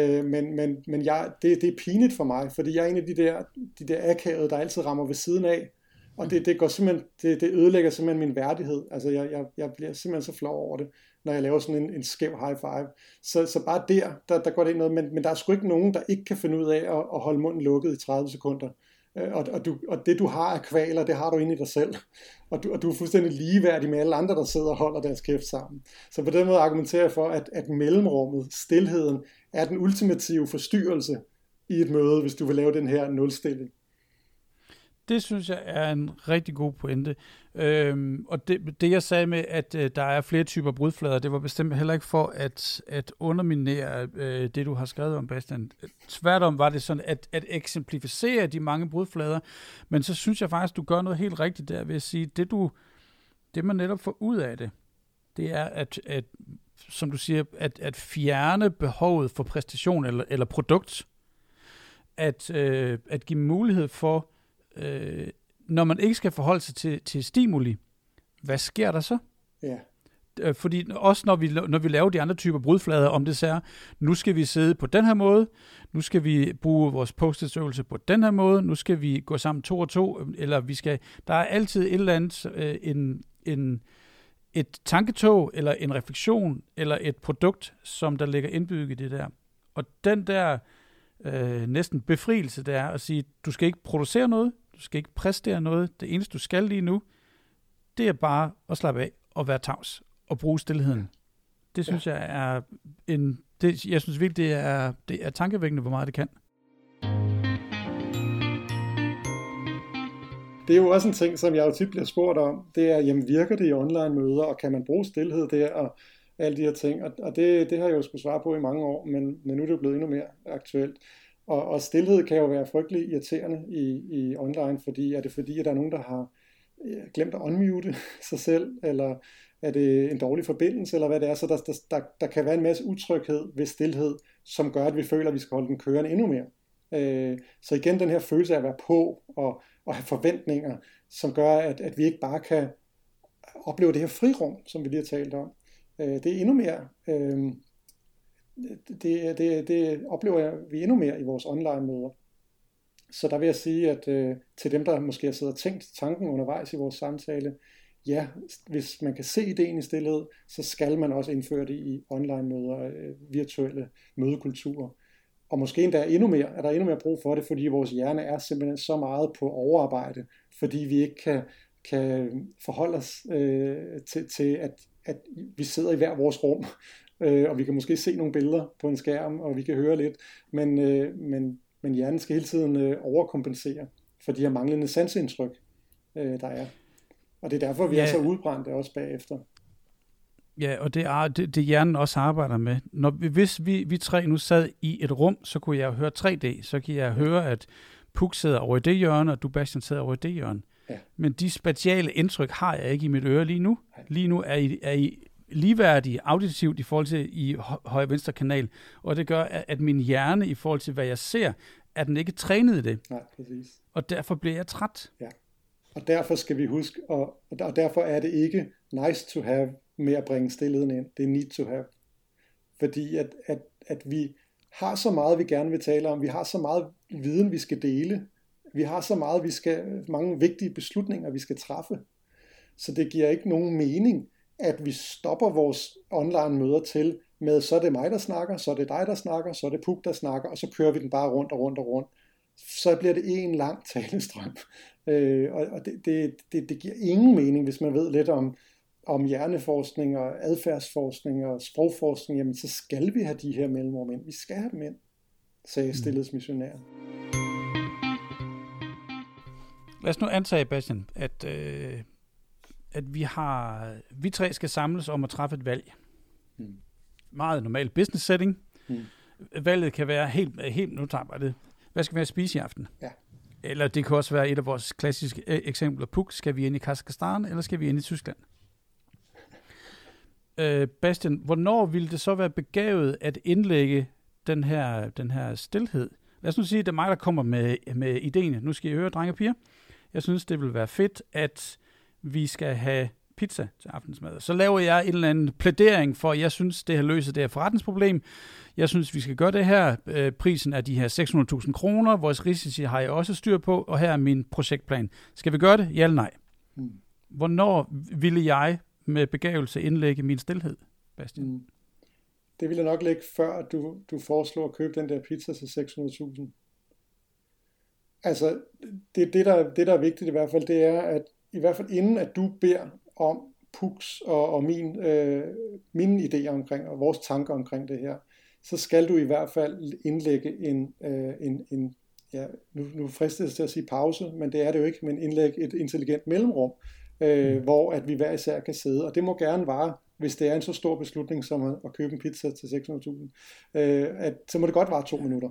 det er pinligt for mig, fordi jeg er en af de der akavede, der altid rammer ved siden af, og det går simpelthen, det ødelægger simpelthen min værdighed. Altså jeg bliver simpelthen så flov over det, når jeg laver sådan en skæv high five. Så bare der går det ikke noget, men der er sgu ikke nogen, der ikke kan finde ud af at holde munden lukket i 30 sekunder. Og det du har af kvaler, det har du inde i dig selv. Og du er fuldstændig ligeværdig med alle andre, der sidder og holder deres kæft sammen. Så på den måde argumenterer jeg for, at mellemrummet, stilheden, er den ultimative forstyrrelse i et møde, hvis du vil lave den her nulstilling. Det synes jeg er en rigtig god pointe. Og det jeg sagde med, at der er flere typer brudflader, det var bestemt heller ikke for at underminere det, du har skrevet om, Bastian. Tværtom var det sådan at eksemplificere de mange brudflader, men så synes jeg faktisk, du gør noget helt rigtigt der ved at sige, det man netop får ud af det er, at som du siger, at fjerne behovet for præstation eller produkt, at give mulighed for, når man ikke skal forholde sig til stimuli, hvad sker der så? Ja. Fordi også når vi laver de andre typer brudflader, om det så er, nu skal vi sidde på den her måde, nu skal vi bruge vores post-it-øvelse på den her måde, nu skal vi gå sammen 2 og 2, eller der er altid et eller andet, et tanketog, eller en refleksion, eller et produkt, som der ligger indbygget i det der. Og den der næsten befrielse, det er at sige, du skal ikke producere noget, du skal ikke præstere noget, det eneste du skal lige nu, det er bare at slappe af og være tavs og bruge stilheden. Det synes jeg er jeg synes virkelig, det er tankevækkende, hvor meget det kan. Det er jo også en ting, som jeg jo tit bliver spurgt om, det er, jamen virker det i online møder, og kan man bruge stilhed der, og alle de her ting, og det har jeg jo skulle svare på i mange år, men nu er det jo blevet endnu mere aktuelt. Og stilhed kan jo være frygtelig irriterende i online, fordi at der er nogen, der har glemt at unmute sig selv, eller er det en dårlig forbindelse, eller hvad det er, så der kan være en masse utryghed ved stilhed, som gør, at vi føler, at vi skal holde den kørende endnu mere. Så igen den her følelse af at være på og have forventninger, som gør, at vi ikke bare kan opleve det her frirum, som vi lige har talt om. Det er endnu mere, det oplever vi endnu mere i vores online-møder. Så der vil jeg sige, at til dem, der måske har siddet og tænkt tanken undervejs i vores samtale, ja, hvis man kan se ideen i stilhed, så skal man også indføre det i online-møder, virtuelle mødekulturer. Og måske endda er der endnu mere brug for det, fordi vores hjerne er simpelthen så meget på overarbejde, fordi vi ikke kan forholde os til at vi sidder i hver vores rum, og vi kan måske se nogle billeder på en skærm, og vi kan høre lidt, men hjernen skal hele tiden overkompensere for de her manglende sanseindtryk, der er. Og det er derfor, vi er så udbrændte også bagefter. Ja, og det er det hjernen også arbejder med. Hvis vi tre nu sad i et rum, så kunne jeg høre 3D. Så kan jeg høre, at Puk sidder over i det hjørne, og du, Bastian, sidder over i det hjørne. Ja. Men de spatiale indtryk har jeg ikke i mit øre lige nu. Lige nu er I ligeværdige auditivt i forhold til i højre-venstre kanal, og det gør, at min hjerne i forhold til, hvad jeg ser, er den ikke trænet i det. Nej, præcis. Og derfor bliver jeg træt. Ja. Og derfor skal vi huske, og derfor er det ikke nice to have med at bringe stillheden ind. Det er need to have. Fordi at vi har så meget, vi gerne vil tale om. Vi har så meget viden, vi skal dele. Vi har så meget, mange vigtige beslutninger, vi skal træffe. Så det giver ikke nogen mening, at vi stopper vores online møder til med, så er det mig, der snakker, så er det dig, der snakker, så er det Puk, der snakker, og så kører vi den bare rundt og rundt og rundt. Så bliver det en lang talestrøm. Og det giver ingen mening, hvis man ved lidt om hjerneforskning og adfærdsforskning og sprogforskning, jamen så skal vi have de her mellemrum ind. Vi skal have dem ind, sagde stilhedsmissionæren. Lad os nu antage, Bastian, at vi tre skal samles om at træffe et valg. Meget normal business setting. Valget kan være helt nu tager det. Hvad skal vi have at spise i aften? Ja. Eller det kan også være et af vores klassiske eksempler. Puk, skal vi ind i Kazakhstan, eller skal vi ind i Tyskland? Bastian, hvornår ville det så være begavet at indlægge den her stilhed? Lad os nu sige, at det er mig, der kommer med ideen. Nu skal I høre, drenge og piger. Jeg synes, det vil være fedt, at vi skal have pizza til aftensmad. Så laver jeg en eller anden plædering for, at jeg synes, det har løst det her forretningsproblem. Jeg synes, vi skal gøre det her. Prisen er de her 600.000 kroner. Vores risici har jeg også styr på, og her er min projektplan. Skal vi gøre det? Ja eller nej? Hvornår ville jeg med begævelse indlægge min stilhed, Bastian? Det ville jeg nok lægge før, du foreslår at købe den der pizza til 600.000. Altså, det der er vigtigt i hvert fald, det er, at i hvert fald inden at du beder om Puks og mine idéer omkring, og vores tanker omkring det her, så skal du i hvert fald indlægge en nu fristes til at sige pause, men det er det jo ikke, men indlægge et intelligent mellemrum, hvor at vi hver især kan sidde, og det må gerne vare, hvis det er en så stor beslutning som at købe en pizza til 600.000, så må det godt vare 2 minutter.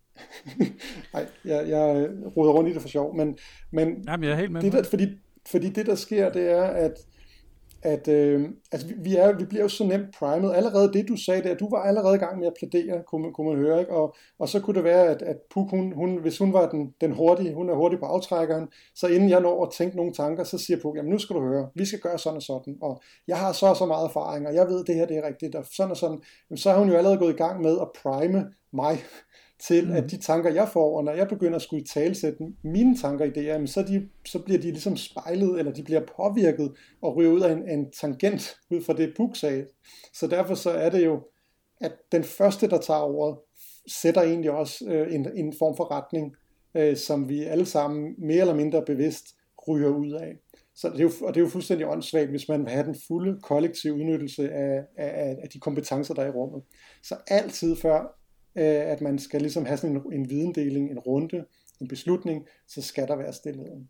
Nej, jeg roder rundt i det for sjov, men jamen, jeg er helt med det der, fordi det der sker, det er at vi bliver jo så nemt primet. Allerede det du sagde der, du var allerede i gang med at plædere, kunne man høre, ikke? Og så kunne det være at Puk, hvis hun var den hurtige, hun er hurtig på aftrækkeren, så inden jeg når at tænke nogle tanker, så siger Puk, jamen nu skal du høre, vi skal gøre sådan og sådan, og jeg har så meget erfaring, og jeg ved det her det er rigtigt, og sådan og sådan. Jamen, så har hun jo allerede gået i gang med at prime mig til at de tanker, jeg får, og når jeg begynder at skulle talsætte mine tanker i det, jamen, så bliver de ligesom spejlet, eller de bliver påvirket og ryger ud af en tangent ud fra det Puk sagde. Så derfor så er det jo, at den første, der tager ordet, sætter egentlig også en form for retning, som vi alle sammen mere eller mindre bevidst ryger ud af. Så det er jo fuldstændig åndssvagt, hvis man vil have den fulde kollektive udnyttelse af de kompetencer, der er i rummet. Så altid før at man skal ligesom have sådan en videndeling, en runde, en beslutning, så skal der være stilheden.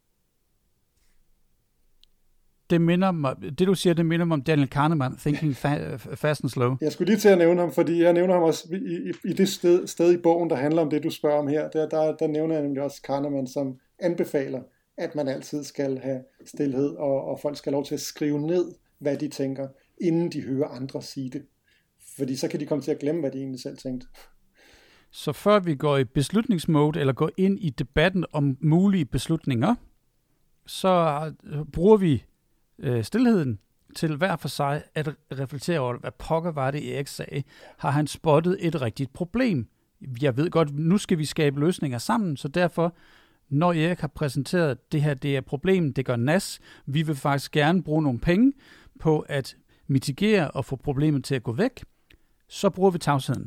Det du siger, det minder mig om Daniel Kahneman, Thinking Fast and Slow. Jeg skulle lige til at nævne ham, fordi jeg nævner ham også i det sted i bogen, der handler om det, du spørger om her. Der nævner jeg nemlig også Kahneman, som anbefaler, at man altid skal have stilhed, og folk skal have lov til at skrive ned, hvad de tænker, inden de hører andre sige det. Fordi så kan de komme til at glemme, hvad de egentlig selv tænkte. Så før vi går i beslutningsmode, eller går ind i debatten om mulige beslutninger, så bruger vi stilheden til hver for sig at reflektere over, hvad pokker var det, Erik sagde. Har han spottet et rigtigt problem? Jeg ved godt, nu skal vi skabe løsninger sammen, så derfor, når Erik har præsenteret det her, det er problemet, det gør nas, vi vil faktisk gerne bruge nogle penge på at mitigere og få problemet til at gå væk, så bruger vi tavsheden.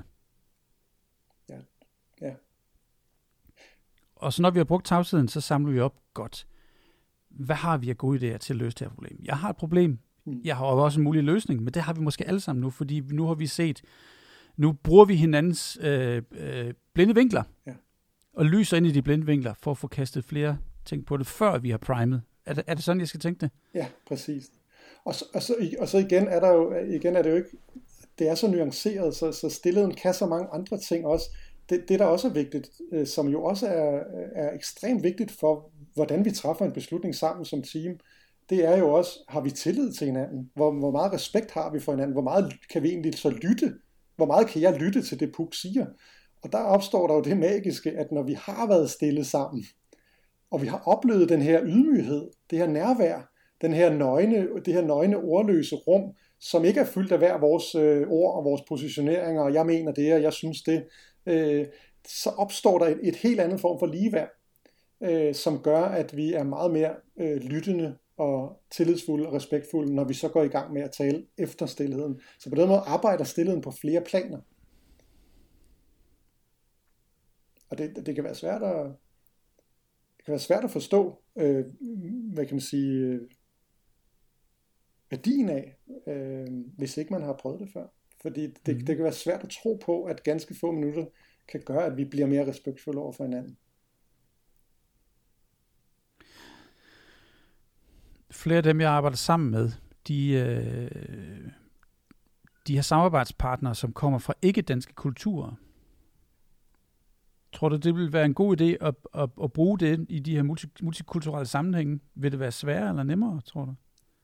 Ja. Og så når vi har brugt tavsheden, så samler vi op godt. Hvad har vi af gode idéer til at løse det her problem? Jeg har et problem. Jeg har også en mulig løsning, men det har vi måske alle sammen nu, fordi nu har vi set, nu bruger vi hinandens blinde vinkler, og lyser ind i de blinde vinkler, for at få kastet flere ting på det, før vi har primet. Er det sådan, jeg skal tænke det? Ja, præcis. Og så igen er det jo ikke, det er så nuanceret, så stilheden kan så mange andre ting også. Det der også er vigtigt, som jo også er ekstremt vigtigt for, hvordan vi træffer en beslutning sammen som team, det er jo også, har vi tillid til hinanden? Hvor meget respekt har vi for hinanden? Hvor meget kan vi egentlig så lytte? Hvor meget kan jeg lytte til det, Puk siger? Og der opstår der jo det magiske, at når vi har været stille sammen, og vi har oplevet den her ydmyghed, det her nærvær, det her nøgne ordløse rum, som ikke er fyldt af hver vores ord og vores positioneringer, og jeg mener det, og jeg synes det, så opstår der et helt andet form for ligeværd, som gør, at vi er meget mere lyttende og tillidsfulde og respektfulde, når vi så går i gang med at tale efter stilheden. Så på den måde arbejder stilheden på flere planer. Og det kan være svært at forstå, hvad kan man sige, værdien af, hvis ikke man har prøvet det før. Fordi det kan være svært at tro på, at ganske få minutter kan gøre, at vi bliver mere respektfulde over for hinanden. Flere af dem, jeg arbejder sammen med, de har samarbejdspartnere, som kommer fra ikke-danske kulturer. Tror du, det vil være en god idé at bruge det i de her multikulturelle sammenhænge? Vil det være sværere eller nemmere, tror du?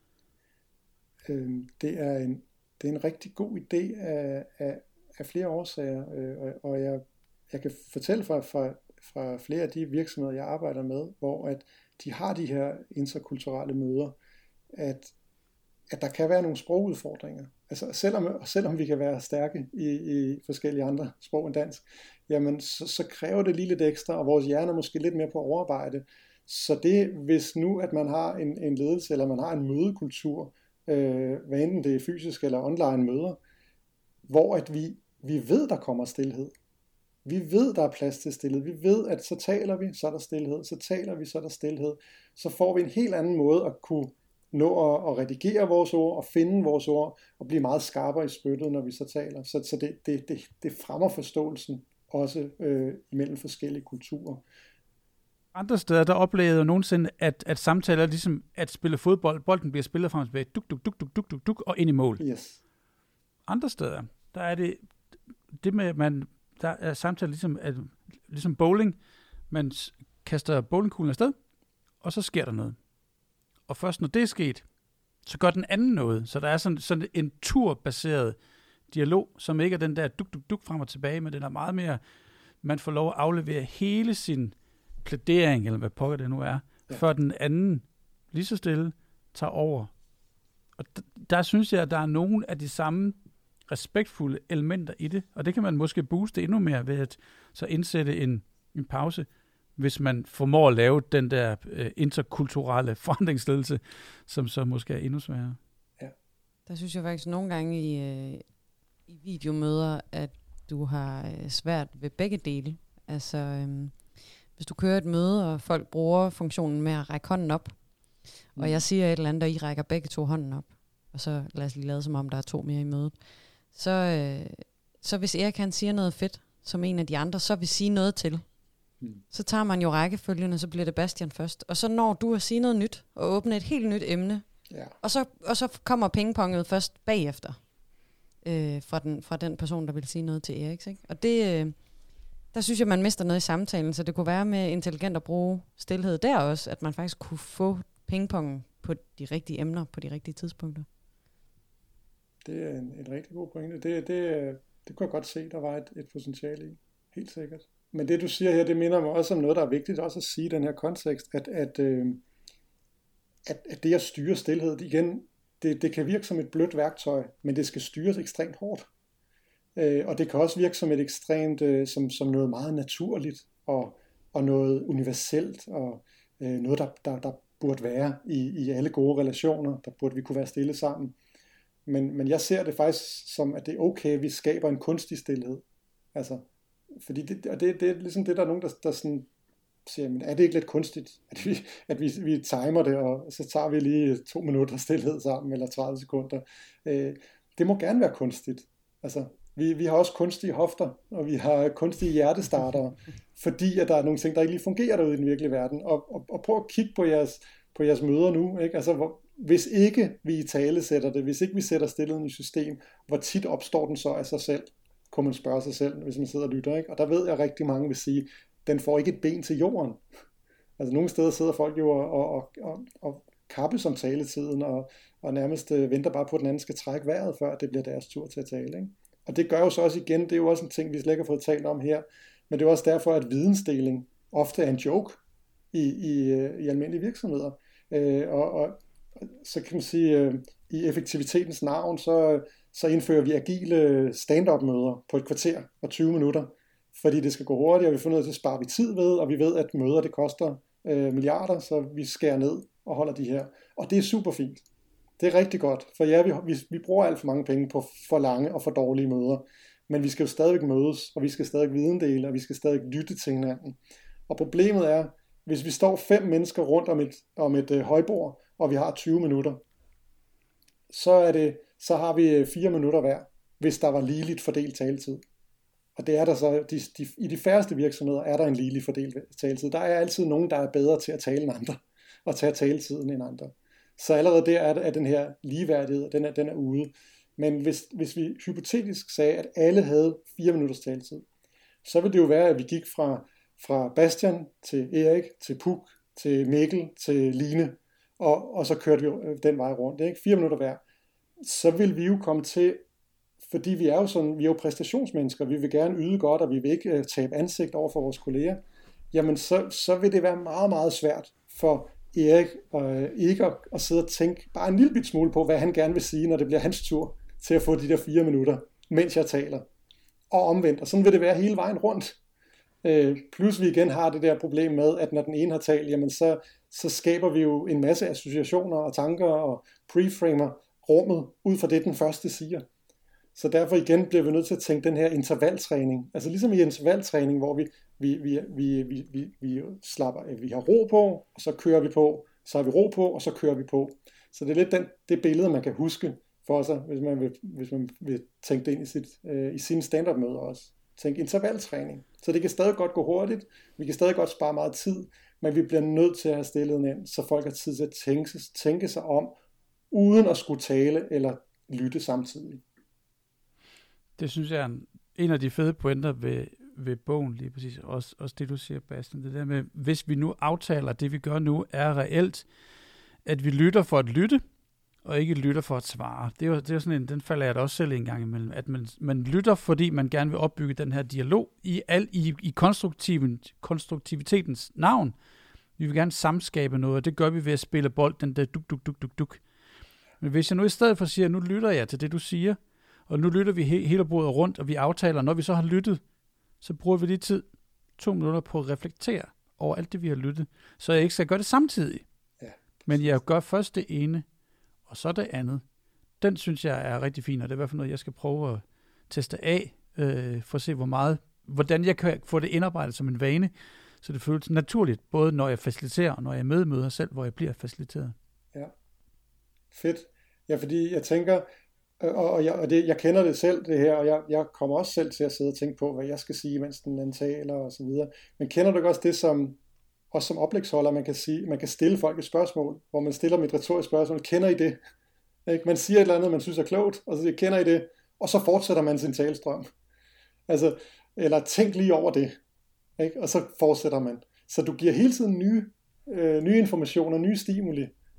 Det er en rigtig god idé af flere årsager, og jeg kan fortælle fra flere af de virksomheder, jeg arbejder med, hvor at de har de her interkulturelle møder, at der kan være nogle sprogudfordringer. Altså selvom vi kan være stærke i forskellige andre sprog end dansk, jamen så kræver det lige lidt ekstra, og vores hjerne er måske lidt mere på overarbejde. Så det, hvis nu at man har en ledelse, eller man har en mødekultur, hvad enten det er fysisk eller online møder, hvor at vi ved, der kommer stilhed. Vi ved, der er plads til stilhed. Vi ved, at så taler vi, så er der stilhed. Så taler vi, så er der stilhed. Så får vi en helt anden måde at kunne nå at redigere vores ord og finde vores ord og blive meget skarpere i spyttet, når vi så taler. Så det fremmer forståelsen også mellem forskellige kulturer. Andre steder, der oplevede jeg nogensinde, at samtaler ligesom at spille fodbold, bolden bliver spillet frem og tilbage, duk, og ind i mål. Yes. Andre steder, der er det med, at der er samtaler ligesom bowling, man kaster bowlingkuglen afsted, og så sker der noget. Og først når det er sket, så gør den anden noget. Så der er sådan en turbaseret dialog, som ikke er den der duk frem og tilbage, men den er meget mere, man får lov at aflevere hele sin plædering, eller hvad pokker det nu er, før den anden lige så stille tager over. Og der synes jeg, at der er nogle af de samme respektfulde elementer i det, og det kan man måske booste endnu mere ved at så indsætte en pause, hvis man formår at lave den der interkulturelle forandringsledelse, som så måske er endnu sværere. Ja. Der synes jeg faktisk nogle gange i videomøder, at du har svært ved begge dele. Altså, hvis du kører et møde, og folk bruger funktionen med at række hånden op, og jeg siger et eller andet, og I rækker begge to hånden op, og så lad os lige lade som om, der er to mere i mødet. Så hvis Erik han siger noget fedt, som en af de andre, så vil sige noget til. Så tager man jo rækkefølgende, så bliver det Bastian først. Og så når du at sige noget nyt, og åbne et helt nyt emne, og så kommer pingponget først bagefter, fra den person, der vil sige noget til Eriks. Ikke? Og det, der synes jeg, man mister noget i samtalen, så det kunne være med intelligent at bruge stilhed der også, at man faktisk kunne få pingpongen på de rigtige emner, på de rigtige tidspunkter. Det er en rigtig god pointe. Det kunne jeg godt se, der var et potentiale i. Helt sikkert. Men det du siger her, det minder mig også om noget, der er vigtigt også at sige i den her kontekst, at det at styre stilhed, igen, det kan virke som et blødt værktøj, men det skal styres ekstremt hårdt. Og det kan også virke som et ekstremt, som noget meget naturligt og noget universelt og noget, der burde være i alle gode relationer. Der burde vi kunne være stille sammen. Men jeg ser det faktisk som, at det er okay, at vi skaber en kunstig stilhed. Altså, fordi det er ligesom det, der er nogen, der sådan siger, men er det ikke lidt kunstigt, at vi timer det, og så tager vi lige 2 minutter stillhed sammen, eller 30 sekunder. Det må gerne være kunstigt. Altså, vi har også kunstige hofter, og vi har kunstige hjertestartere, fordi at der er nogle ting, der ikke lige fungerer derude i den virkelige verden. Og prøv at kigge på jeres møder nu, ikke? Altså, hvis ikke vi i tale sætter det, hvis ikke vi sætter stilheden i system, hvor tit opstår den så af sig selv, kunne man spørge sig selv, hvis man sidder og lytter, ikke? Og der ved jeg rigtig mange vil sige, den får ikke et ben til jorden. Altså nogle steder sidder folk jo og kappes om taletiden, og nærmest venter bare på, at den anden skal trække vejret, før det bliver deres tur til at tale, ikke? Og det gør jo så også igen, det er jo også en ting, vi slet ikke har fået talt om her, men det er også derfor, at vidensdeling ofte er en joke i almindelige virksomheder. Og så kan man sige, i effektivitetens navn, så indfører vi agile stand-up møder på et kvarter og 20 minutter, fordi det skal gå hurtigt, og vi får noget til at spare vi tid ved, og vi ved, at møder det koster milliarder, så vi skærer ned og holder de her. Og det er super fint. Det er rigtig godt, for ja, vi bruger alt for mange penge på for lange og for dårlige møder, men vi skal jo stadigvæk mødes, og vi skal stadig videndele, og vi skal stadig lytte til hinanden. Og problemet er, hvis vi står 5 mennesker rundt om et højbord, og vi har 20 minutter, så har vi 4 minutter hver, hvis der var ligeligt fordelt taletid. Og det er der så, i de færreste virksomheder er der en ligelig fordelt taletid. Der er altid nogen, der er bedre til at tale end andre, og tage taletiden end andre. Så allerede der er den her ligeværdighed, den er ude. Men hvis vi hypotetisk sagde, at alle havde 4 minutters taletid, så ville det jo være, at vi gik fra Bastian til Erik, til Puk, til Mikkel, til Line, og så kørte vi den vej rundt, ikke? 4 minutter hver. Så vil vi jo komme til, fordi vi er jo præstationsmennesker, vi vil gerne yde godt, og vi vil ikke tabe ansigt over for vores kolleger, jamen så vil det være meget, meget svært for Erik ikke at sidde og tænke bare en lille bit smule på, hvad han gerne vil sige, når det bliver hans tur til at få de der 4 minutter, mens jeg taler. Og omvendt, og sådan vil det være hele vejen rundt. Plus vi igen har det der problem med, at når den ene har talt, jamen så skaber vi jo en masse associationer og tanker og preframer rummet ud fra det, den første siger. Så derfor igen bliver vi nødt til at tænke den her intervaltræning. Altså ligesom i intervaltræning, hvor vi slapper, vi har ro på, og så kører vi på, så har vi ro på, og så kører vi på. Så det er lidt det billede, man kan huske for sig, hvis man vil tænke det ind i sine stand-up møder også. Tænk intervaltræning. Så det kan stadig godt gå hurtigt, vi kan stadig godt spare meget tid, men vi bliver nødt til at have stillet ind, så folk har tid til at tænke sig om, uden at skulle tale eller lytte samtidig. Det synes jeg er en af de fede pointer ved bogen, lige præcis. Også det, du siger, Bastian. Det der med, hvis vi nu aftaler, det vi gør nu, er reelt, at vi lytter for at lytte, og ikke lytter for at svare. Det er sådan en, den falder jeg da også selv en gang imellem, at man lytter, fordi man gerne vil opbygge den her dialog i konstruktivitetens navn. Vi vil gerne samskabe noget, og det gør vi ved at spille bold, den der duk. Men hvis jeg nu i stedet for siger, nu lytter jeg til det, du siger, og nu lytter vi hele bordet rundt, og vi aftaler, når vi så har lyttet, så bruger vi lige tid, 2 minutter på at reflektere over alt det, vi har lyttet, så jeg ikke skal gøre det samtidig. Ja. Men jeg gør først det ene, og så det andet. Den synes jeg er rigtig fin, og det er i hvert fald noget, jeg skal prøve at teste af, for at se, hvordan jeg kan få det indarbejdet som en vane, så det føles naturligt, både når jeg faciliterer, og når jeg møder selv, hvor jeg bliver faciliteret. Ja, fedt. Ja, fordi jeg tænker, jeg kender det selv, det her, og jeg kommer også selv til at sidde og tænke på, hvad jeg skal sige, mens den anden taler, og så videre. Men kender du også det, som oplægsholder, man kan stille folk et spørgsmål, hvor man stiller dem et retorisk spørgsmål, kender I det? Ikke? Man siger et eller andet, man synes er klogt, og så siger, kender I det? Og så fortsætter man sin talestrøm. Altså, eller tænk lige over det, ikke? Og så fortsætter man. Så du giver hele tiden nye informationer, nye stimuli,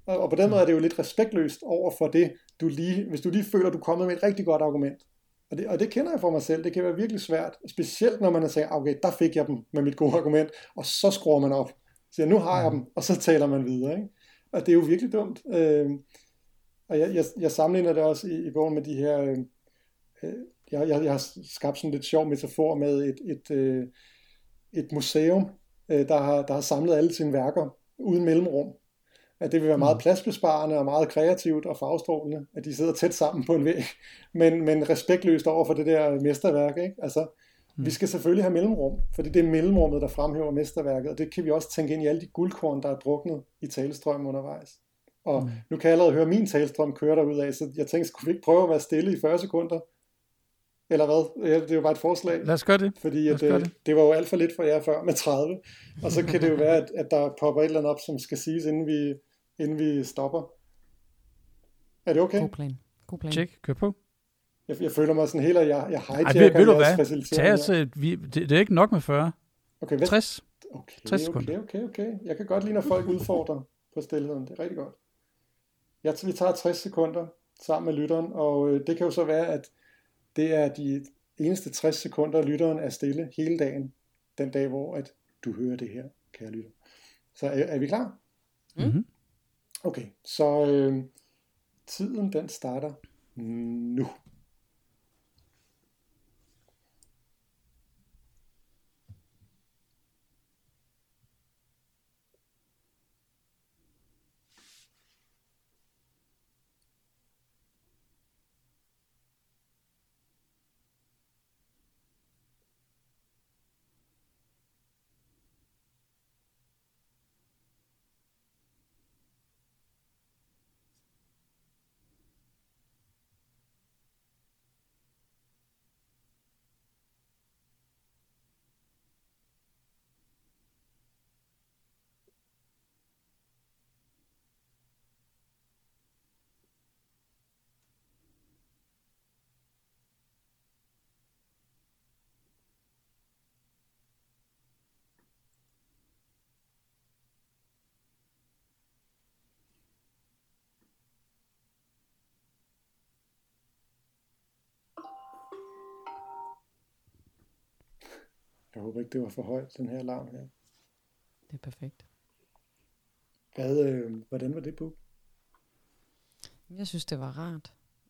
Og på den måde er det jo lidt respektløst over for det, hvis du lige føler, at du er kommet med et rigtig godt argument. Og det kender jeg for mig selv. Det kan være virkelig svært, specielt når man har sagt, okay, der fik jeg dem med mit gode argument, og så skruer man op. Så nu har jeg dem, og så taler man videre. Ikke? Og det er jo virkelig dumt. Og jeg sammenligner det også i bogen med de her... Jeg har skabt sådan lidt sjov metafor med et museum, der har samlet alle sine værker uden mellemrum. At det vil være meget pladsbesparende og meget kreativt og farvestrålende, at de sidder tæt sammen på en væg, men respektløst over for det der mesterværk. Ikke? Altså, vi skal selvfølgelig have mellemrum, fordi det er mellemrummet, der fremhæver mesterværket, og det kan vi også tænke ind i alle de guldkorn, der er druknet i talestrømmen undervejs. Og nu kan jeg allerede høre min talestrøm køre derudad, så jeg tænkte, skulle vi ikke prøve at være stille i 40 sekunder? Eller hvad? Det er jo bare et forslag. Lad os gøre det. Fordi det var jo alt for lidt for jer før med 30. Og så kan det jo være, at der popper et eller andet op, som skal siges, inden vi stopper. Er det okay? God plan. Check, kør på. Jeg føler mig sådan helt, at jeg hijacker jeres facilitering. Det er ikke nok med 40. Okay, 60. 60 sekunder. Okay. Jeg kan godt lide, når folk udfordrer på stillheden. Det er rigtig godt. Vi tager 60 sekunder sammen med lytteren, og det kan jo så være, at det er de eneste 60 sekunder, lytteren er stille hele dagen, den dag, hvor at du hører det her, kære lytter. Så er vi klar? Mm-hmm. Okay, så tiden den starter nu. Jeg håber ikke, det var for højt, den her alarm her. Det er perfekt. Hvordan var det, Bug? Jeg synes, det var rart.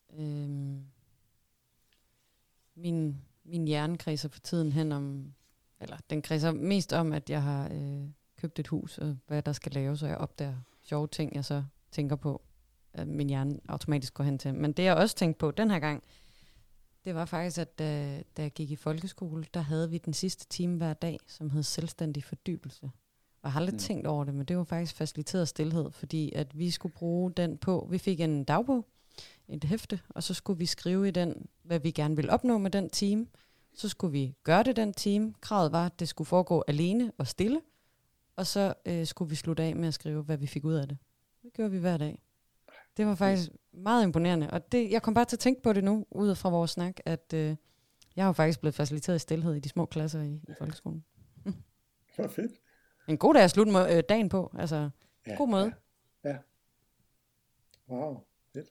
Min hjerne kredser for tiden hen om, eller den kredser mest om, at jeg har købt et hus, og hvad der skal laves, og jeg opdager sjove ting, jeg så tænker på, at min hjerne automatisk går hen til. Men det, jeg også tænkte på den her gang, det var faktisk, at da jeg gik i folkeskole, der havde vi den sidste time hver dag, som hed selvstændig fordybelse. Og jeg har aldrig tænkt over det, men det var faktisk faciliteret stilhed, fordi at vi skulle bruge den på, vi fik en dagbog, et hæfte, og så skulle vi skrive i den, hvad vi gerne ville opnå med den time. Så skulle vi gøre det den time. Kravet var, at det skulle foregå alene og stille, og så skulle vi slutte af med at skrive, hvad vi fik ud af det. Det gjorde vi hver dag. Det var faktisk meget imponerende, og jeg kom bare til at tænke på det nu, ud fra vores snak, at jeg har jo faktisk blevet faciliteret i stilhed i de små klasser i folkeskolen. Hvor fedt. En god dag at slutte dagen på, altså god måde. Ja. Wow, fedt.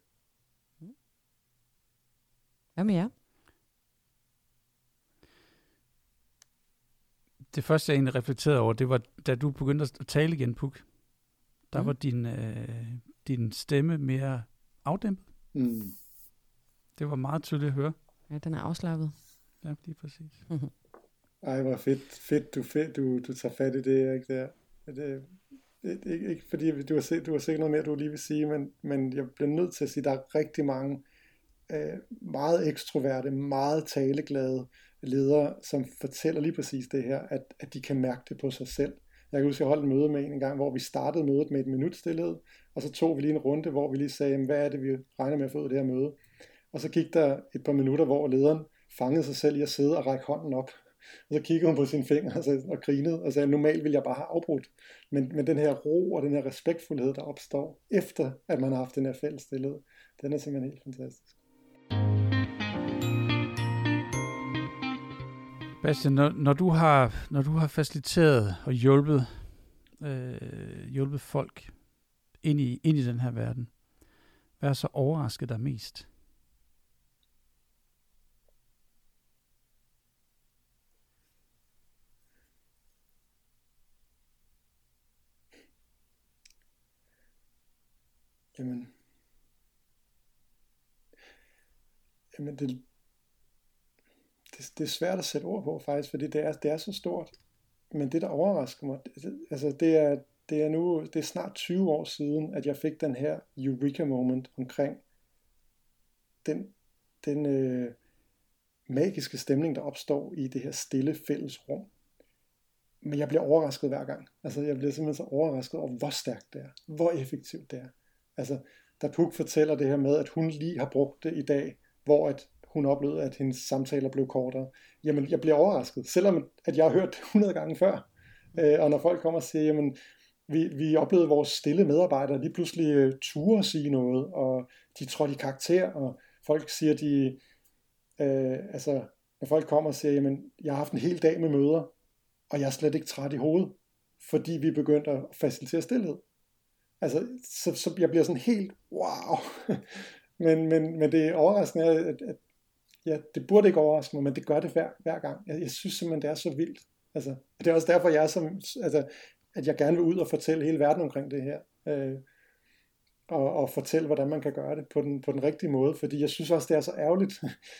Hvad med jer? Det første, jeg egentlig reflekterede over, det var, da du begyndte at tale igen, Puk. Der var din stemme mere afdæmpet. Det var meget tydeligt at høre. Ja, den er afslappet. Ja, lige præcis. Ej, hvor fedt du tager fat i det, ikke der. Ikke fordi du har sikkert noget mere, du lige vil sige, men jeg bliver nødt til at sige, at der er rigtig mange meget ekstroverte, meget taleglade ledere, som fortæller lige præcis det her, at de kan mærke det på sig selv. Jeg kan huske, at jeg holdt et møde med en gang, hvor vi startede mødet med 1 minut stillhed, og så tog vi lige en runde, hvor vi lige sagde, hvad er det, vi regner med at få ud af det her møde. Og så gik der et par minutter, hvor lederen fangede sig selv i at sidde og række hånden op. Og så kiggede hun på sine fingre og grinede og sagde, normalt ville jeg bare have afbrudt. Men den her ro og den her respektfuldhed, der opstår, efter at man har haft den her fælles stillhed, den er simpelthen helt fantastisk. Bastian, når du har faciliteret og hjulpet folk ind i den her verden. Hvad er så overrasket dig mest? Jamen det er svært at sætte ord på faktisk, fordi det er så stort. Men det, der overrasker mig, det er snart 20 år siden, at jeg fik den her eureka moment omkring den magiske stemning, der opstår i det her stille fælles rum. Men jeg bliver overrasket hver gang. Altså, jeg bliver simpelthen så overrasket over, hvor stærkt det er. Hvor effektivt det er. Altså, da Puk fortæller det her med, at hun lige har brugt det i dag, hvor at hun oplevede, at hendes samtaler blev kortere. Jamen, jeg bliver overrasket, selvom at jeg har hørt det 100 gange før. Og når folk kommer og siger, jamen, vi oplevede vores stille medarbejdere lige pludselig ture at sige noget, og de trådte i karakter, og folk siger, når folk kommer og siger, jamen, jeg har haft en hel dag med møder, og jeg er slet ikke træt i hovedet, fordi vi begyndte at facilitere stillhed. Altså, så jeg bliver sådan helt, wow. men det er overraskende, at ja, det burde ikke overraske mig, men det gør det hver gang. Jeg synes simpelthen, det er så vildt. Altså, det er også derfor, at jeg gerne vil ud og fortælle hele verden omkring det her. Og fortælle, hvordan man kan gøre det på den rigtige måde. Fordi jeg synes også, det er så ærgerligt.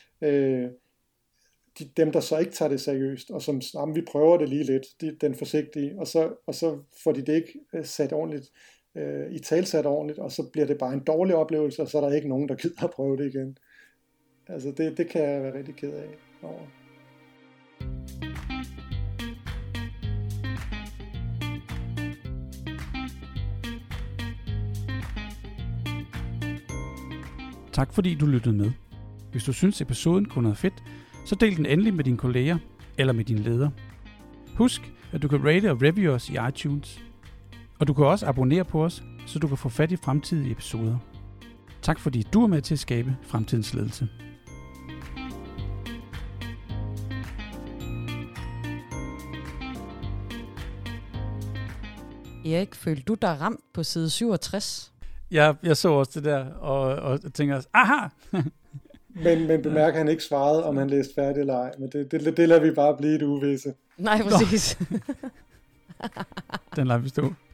Dem, der så ikke tager det seriøst, og som vi prøver det lige lidt, den forsigtige, og så får de det ikke sat ordentligt, i talsat ordentligt, og så bliver det bare en dårlig oplevelse, og så er der ikke nogen, der gider at prøve det igen. Altså det kan jeg være rigtig ked af over. Tak fordi du lyttede med. Hvis du synes episoden kunne være fedt, så del den endelig med dine kolleger eller med din leder. Husk, at du kan rate og review os i iTunes. Og du kan også abonnere på os, så du kan få fat i fremtidige episoder. Tak fordi du er med til at skabe fremtidens ledelse. Erik, følte du dig ramt på side 67? Jeg så også det der, og tænker også, aha! men bemærker han ikke svarede, om han læste færdigt eller ej. Men det lader vi bare blive et uvisse. Nej, præcis. Den lader vi stå.